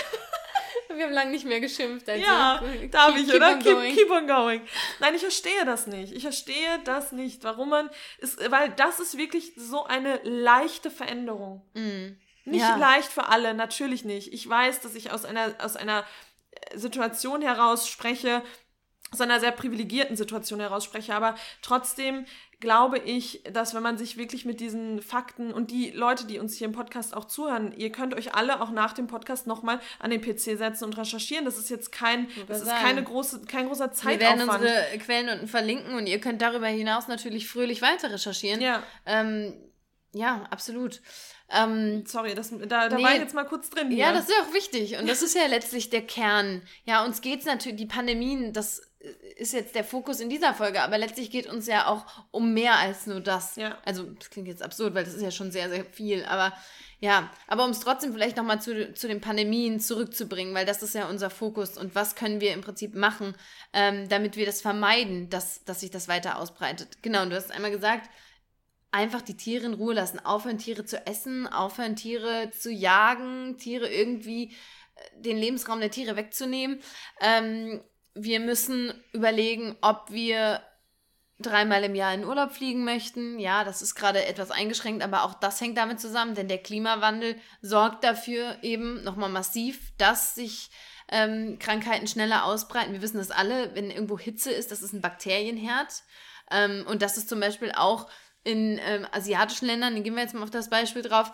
Wir haben lange nicht mehr geschimpft. Also ja, darf ich, oder? Keep, keep on going. Nein, ich verstehe das nicht. Ich verstehe das nicht. Warum man... Ist, weil das ist wirklich so eine leichte Veränderung. Mm. Nicht ja. leicht für alle, natürlich nicht. Ich weiß, dass ich aus einer, aus einer Situation heraus spreche, aus einer sehr privilegierten Situation heraus spreche, aber trotzdem glaube ich, dass wenn man sich wirklich mit diesen Fakten und die Leute, die uns hier im Podcast auch zuhören, ihr könnt euch alle auch nach dem Podcast nochmal an den P C setzen und recherchieren. Das ist jetzt kein, das ist keine große, kein großer Zeitaufwand. Wir werden unsere Quellen unten verlinken und ihr könnt darüber hinaus natürlich fröhlich weiter recherchieren. Ja, ähm, ja absolut. Ähm, Sorry, das, da, da nee, war ich jetzt mal kurz drin. Hier. Ja, das ist ja auch wichtig und das ist ja letztlich der Kern. Ja, uns geht es natürlich, die Pandemien, das ist jetzt der Fokus in dieser Folge, aber letztlich geht uns ja auch um mehr als nur das. Ja. Also, das klingt jetzt absurd, weil das ist ja schon sehr, sehr viel, aber ja, aber um es trotzdem vielleicht nochmal zu, zu den Pandemien zurückzubringen, weil das ist ja unser Fokus und was können wir im Prinzip machen, ähm, damit wir das vermeiden, dass, dass sich das weiter ausbreitet. Genau, und du hast einmal gesagt, einfach die Tiere in Ruhe lassen, aufhören Tiere zu essen, aufhören Tiere zu jagen, Tiere irgendwie den Lebensraum der Tiere wegzunehmen. Ähm, wir müssen überlegen, ob wir dreimal im Jahr in Urlaub fliegen möchten. Ja, das ist gerade etwas eingeschränkt, aber auch das hängt damit zusammen, denn der Klimawandel sorgt dafür eben nochmal massiv, dass sich ähm, Krankheiten schneller ausbreiten. Wir wissen das alle, wenn irgendwo Hitze ist, das ist ein Bakterienherd. Ähm, und das ist zum Beispiel auch in ähm, asiatischen Ländern, da gehen wir jetzt mal auf das Beispiel drauf,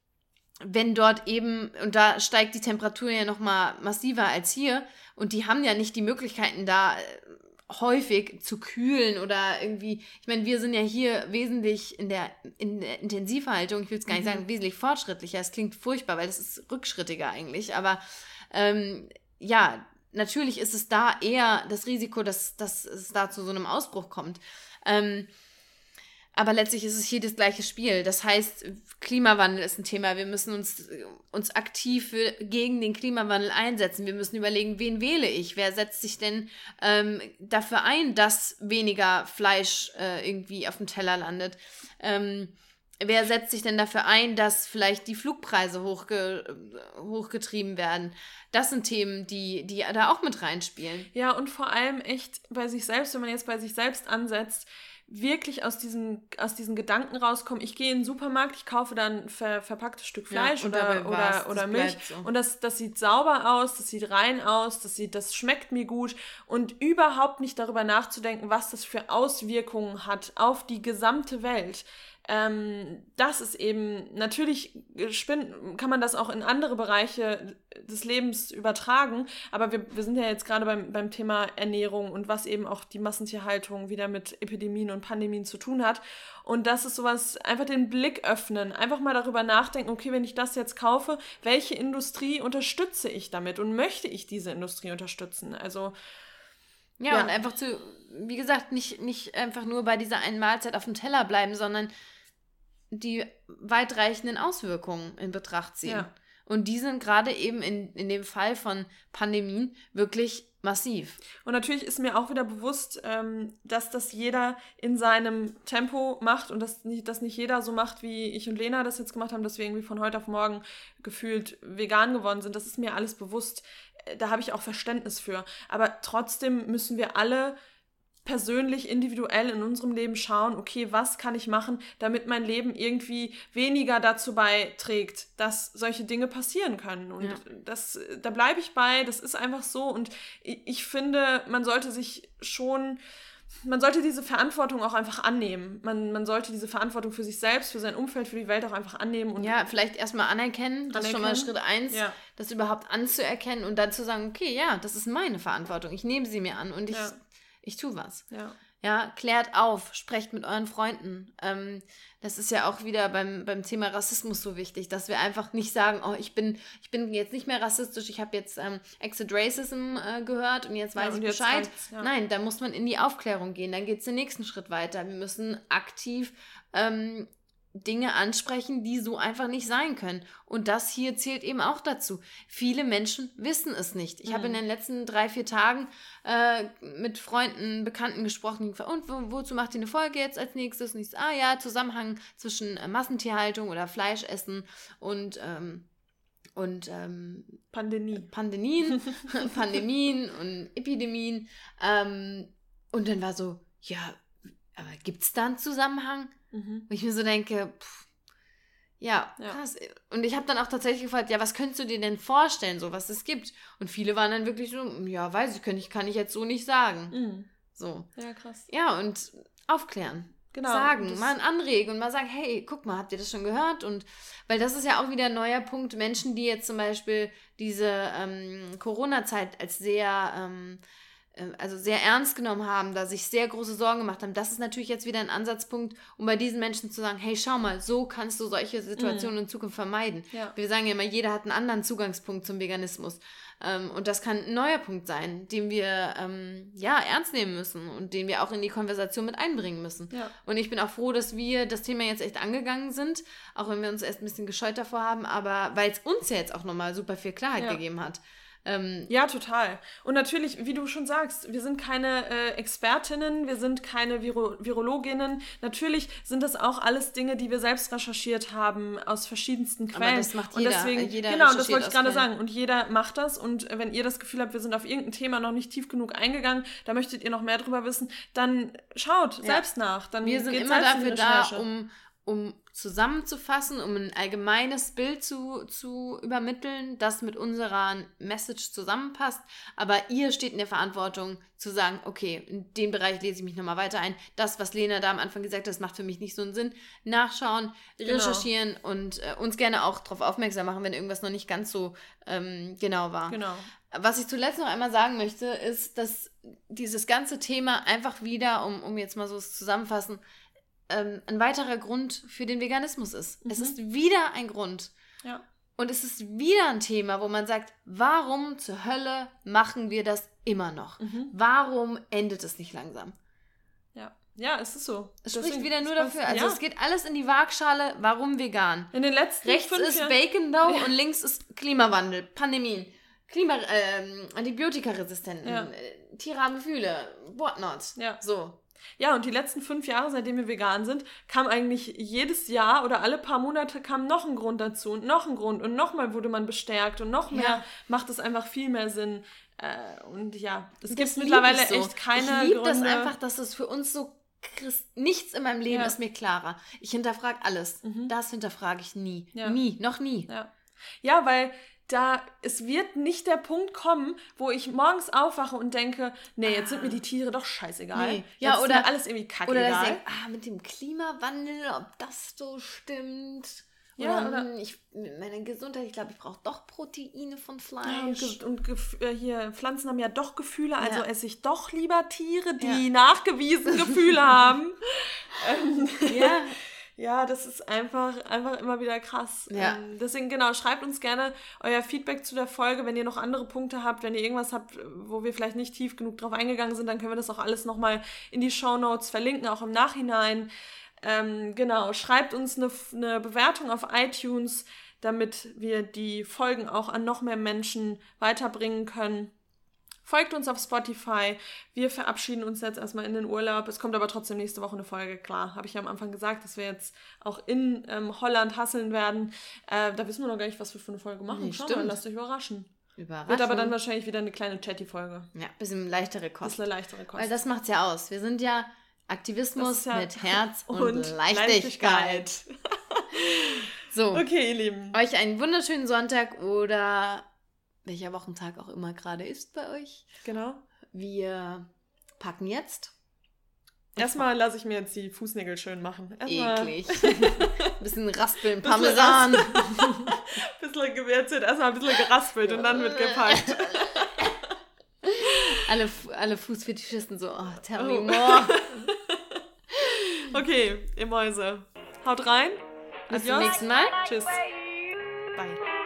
wenn dort eben, und da steigt die Temperatur ja nochmal massiver als hier, und die haben ja nicht die Möglichkeiten da häufig zu kühlen oder irgendwie, ich meine, wir sind ja hier wesentlich in der, in der Intensivhaltung, ich will es gar nicht mhm. sagen, wesentlich fortschrittlicher, es klingt furchtbar, weil das ist rückschrittiger eigentlich, aber ähm, ja, natürlich ist es da eher das Risiko, dass, dass es da zu so einem Ausbruch kommt. Ähm, aber letztlich ist es hier das gleiche Spiel. Das heißt, Klimawandel ist ein Thema. Wir müssen uns, uns aktiv für, gegen den Klimawandel einsetzen. Wir müssen überlegen, wen wähle ich? Wer setzt sich denn ähm, dafür ein, dass weniger Fleisch äh, irgendwie auf dem Teller landet? Ähm, wer setzt sich denn dafür ein, dass vielleicht die Flugpreise hochge, hochgetrieben werden? Das sind Themen, die, die da auch mit reinspielen. Ja, und vor allem echt bei sich selbst, wenn man jetzt bei sich selbst ansetzt, wirklich aus diesen, aus diesen Gedanken rauskommen, ich gehe in den Supermarkt, ich kaufe dann ein ver, verpacktes Stück Fleisch ja, oder, oder, oder Milch so. Und das, das sieht sauber aus, das sieht rein aus, das, sieht, das schmeckt mir gut und überhaupt nicht darüber nachzudenken, was das für Auswirkungen hat auf die gesamte Welt. Ähm, das ist eben, natürlich spinn, kann man das auch in andere Bereiche des Lebens übertragen, aber wir, wir sind ja jetzt gerade beim, beim Thema Ernährung und was eben auch die Massentierhaltung wieder mit Epidemien und Pandemien zu tun hat. Und das ist sowas, einfach den Blick öffnen, einfach mal darüber nachdenken, okay, wenn ich das jetzt kaufe, welche Industrie unterstütze ich damit und möchte ich diese Industrie unterstützen? Also Ja, ja. und einfach zu, wie gesagt, nicht, nicht einfach nur bei dieser einen Mahlzeit auf dem Teller bleiben, sondern die weitreichenden Auswirkungen in Betracht ziehen. Ja. Und die sind gerade eben in, in dem Fall von Pandemien wirklich massiv. Und natürlich ist mir auch wieder bewusst, ähm, dass das jeder in seinem Tempo macht und dass nicht, dass nicht jeder so macht, wie ich und Lena das jetzt gemacht haben, dass wir irgendwie von heute auf morgen gefühlt vegan geworden sind. Das ist mir alles bewusst. Da habe ich auch Verständnis für. Aber trotzdem müssen wir alle persönlich, individuell in unserem Leben schauen, okay, was kann ich machen, damit mein Leben irgendwie weniger dazu beiträgt, dass solche Dinge passieren können. Und ja. das, da bleibe ich bei, das ist einfach so. Und ich, ich finde, man sollte sich schon, man sollte diese Verantwortung auch einfach annehmen. Man, man sollte diese Verantwortung für sich selbst, für sein Umfeld, für die Welt auch einfach annehmen. Und ja, vielleicht erstmal anerkennen, das anerkennen. ist schon mal Schritt eins, ja. das überhaupt anzuerkennen und dann zu sagen, okay, ja, das ist meine Verantwortung, ich nehme sie mir an und ich ja. Ich tue was. Ja. Ja, klärt auf, sprecht mit euren Freunden. Ähm, das ist ja auch wieder beim, beim Thema Rassismus so wichtig, dass wir einfach nicht sagen, oh, ich bin, ich bin jetzt nicht mehr rassistisch, ich habe jetzt ähm, Exit Racism äh, gehört und jetzt weiß ja, und ich jetzt Bescheid. Ja. Nein, da muss man in die Aufklärung gehen, dann geht es den nächsten Schritt weiter. Wir müssen aktiv ähm, Dinge ansprechen, die so einfach nicht sein können. Und das hier zählt eben auch dazu. Viele Menschen wissen es nicht. Ich mhm. habe in den letzten drei, vier Tagen äh, mit Freunden, Bekannten gesprochen. Und wo, wozu macht ihr eine Folge jetzt als nächstes? Und ich so, ah ja, Zusammenhang zwischen äh, Massentierhaltung oder Fleischessen und ähm, und ähm, Pandemie. Pandemien, Pandemien und Epidemien. Ähm, und dann war so, ja, aber gibt es da einen Zusammenhang? Mhm. Wo ich mir so denke, pff, ja, ja, krass. Und ich habe dann auch tatsächlich gefragt, ja, was könntest du dir denn vorstellen, so was es gibt? Und viele waren dann wirklich so, ja, weiß ich, kann ich, kann ich jetzt so nicht sagen. Mhm. So. Ja, krass. Ja, und aufklären. Genau. Sagen, mal anregen und mal sagen, hey, guck mal, habt ihr das schon gehört? Und weil das ist ja auch wieder ein neuer Punkt, Menschen, die jetzt zum Beispiel diese ähm, Corona-Zeit als sehr ähm, also sehr ernst genommen haben, da sich sehr große Sorgen gemacht haben, das ist natürlich jetzt wieder ein Ansatzpunkt, um bei diesen Menschen zu sagen, hey, schau mal, so kannst du solche Situationen mm. in Zukunft vermeiden. Ja. Wir sagen ja immer, jeder hat einen anderen Zugangspunkt zum Veganismus. Ähm, und das kann ein neuer Punkt sein, den wir ähm, ja ernst nehmen müssen und den wir auch in die Konversation mit einbringen müssen. Ja. Und ich bin auch froh, dass wir das Thema jetzt echt angegangen sind, auch wenn wir uns erst ein bisschen gescheut davor haben, aber weil es uns ja jetzt auch nochmal super viel Klarheit ja. gegeben hat. Ähm, ja, total. Und natürlich, wie du schon sagst, wir sind keine äh, Expertinnen, wir sind keine Viro- Virologinnen. Natürlich sind das auch alles Dinge, die wir selbst recherchiert haben aus verschiedensten Quellen. Aber das macht jeder. Und deswegen, jeder genau, das wollte ich gerade sagen. Und jeder macht das. Und wenn ihr das Gefühl habt, wir sind auf irgendein Thema noch nicht tief genug eingegangen, da möchtet ihr noch mehr drüber wissen, dann schaut ja. selbst nach. Dann wir sind immer dafür da, um, um zusammenzufassen, um ein allgemeines Bild zu, zu übermitteln, das mit unserer Message zusammenpasst. Aber ihr steht in der Verantwortung zu sagen, okay, in dem Bereich lese ich mich nochmal weiter ein. Das, was Lena da am Anfang gesagt hat, das macht für mich nicht so einen Sinn. Nachschauen, recherchieren genau. und äh, uns gerne auch darauf aufmerksam machen, wenn irgendwas noch nicht ganz so ähm, genau war. Genau. Was ich zuletzt noch einmal sagen möchte, ist, dass dieses ganze Thema einfach wieder, um, um jetzt mal so es zusammenfassen, ähm, ein weiterer Grund für den Veganismus ist. Mhm. Es ist wieder ein Grund. Ja. Und es ist wieder ein Thema, wo man sagt, warum zur Hölle machen wir das immer noch? Mhm. Warum endet es nicht langsam? Ja, ja, es ist so. Es Deswegen, spricht wieder nur dafür. Also ja. es geht alles in die Waagschale, warum vegan? In den letzten Rechts fünf ist Jahren. Bacon Dough ja. und links ist Klimawandel, Pandemien. Klima, ähm, Antibiotikaresistenten, ja. äh, Tiere haben Gefühle, whatnot. Ja. So. Ja, und die letzten fünf Jahre, seitdem wir vegan sind, kam eigentlich jedes Jahr oder alle paar Monate kam noch ein Grund dazu und noch ein Grund und nochmal wurde man bestärkt und noch mehr ja. macht es einfach viel mehr Sinn. Äh, und ja, es gibt mittlerweile so. echt keine Ich liebe Gründe. das einfach, dass es für uns so Christ- nichts in meinem Leben ja. ist mir klarer. Ich hinterfrage alles. Mhm. Das hinterfrage ich nie. Ja. Nie, noch nie. Ja, ja weil da, es wird nicht der Punkt kommen, wo ich morgens aufwache und denke, nee, jetzt sind mir die Tiere doch scheißegal. Nee. Ja, jetzt oder ist mir alles irgendwie kacke Oder egal. dass ich denke, ah, mit dem Klimawandel, ob das so stimmt. Ja, oder, oder ich, mit meiner Gesundheit, ich glaube, ich brauche doch Proteine von Fleisch. Ja, und und gef- äh, hier, Pflanzen haben ja doch Gefühle, also ja. esse ich doch lieber Tiere, die ja. nachgewiesen Gefühle haben. ähm, ja. Ja, das ist einfach, einfach immer wieder krass. Ja. Ähm, deswegen, genau, schreibt uns gerne euer Feedback zu der Folge, wenn ihr noch andere Punkte habt, wenn ihr irgendwas habt, wo wir vielleicht nicht tief genug drauf eingegangen sind, dann können wir das auch alles nochmal in die Shownotes verlinken, auch im Nachhinein. Ähm, genau, schreibt uns eine, eine Bewertung auf iTunes, damit wir die Folgen auch an noch mehr Menschen weiterbringen können. Folgt uns auf Spotify. Wir verabschieden uns jetzt erstmal in den Urlaub. Es kommt aber trotzdem nächste Woche eine Folge. Klar, habe ich ja am Anfang gesagt, dass wir jetzt auch in ähm, Holland hasseln werden. Äh, da wissen wir noch gar nicht, was wir für eine Folge machen. Nee, Schau stimmt. mal, lasst euch überraschen. Überraschung. Wird aber dann wahrscheinlich wieder eine kleine Chatty-Folge. Ja, bisschen leichtere Kost. Bisschen leichtere Kost. Weil das macht's ja aus. Wir sind ja Aktivismus ja mit Herz und, und Leichtigkeit. Leichtigkeit. So. Okay, ihr Lieben. Euch einen wunderschönen Sonntag oder welcher Wochentag auch immer gerade ist bei euch. Genau. Wir packen jetzt. Erstmal lasse ich mir jetzt die Fußnägel schön machen. Erstmal eklig. Bisschen raspeln, Parmesan. bisschen, jetzt wird erstmal ein bisschen geraspelt und dann wird gepackt. alle, alle Fußfetischisten so, oh, tell me more. Okay, ihr Mäuse. Haut rein. Bis zum nächsten Mal. Tschüss. Bye.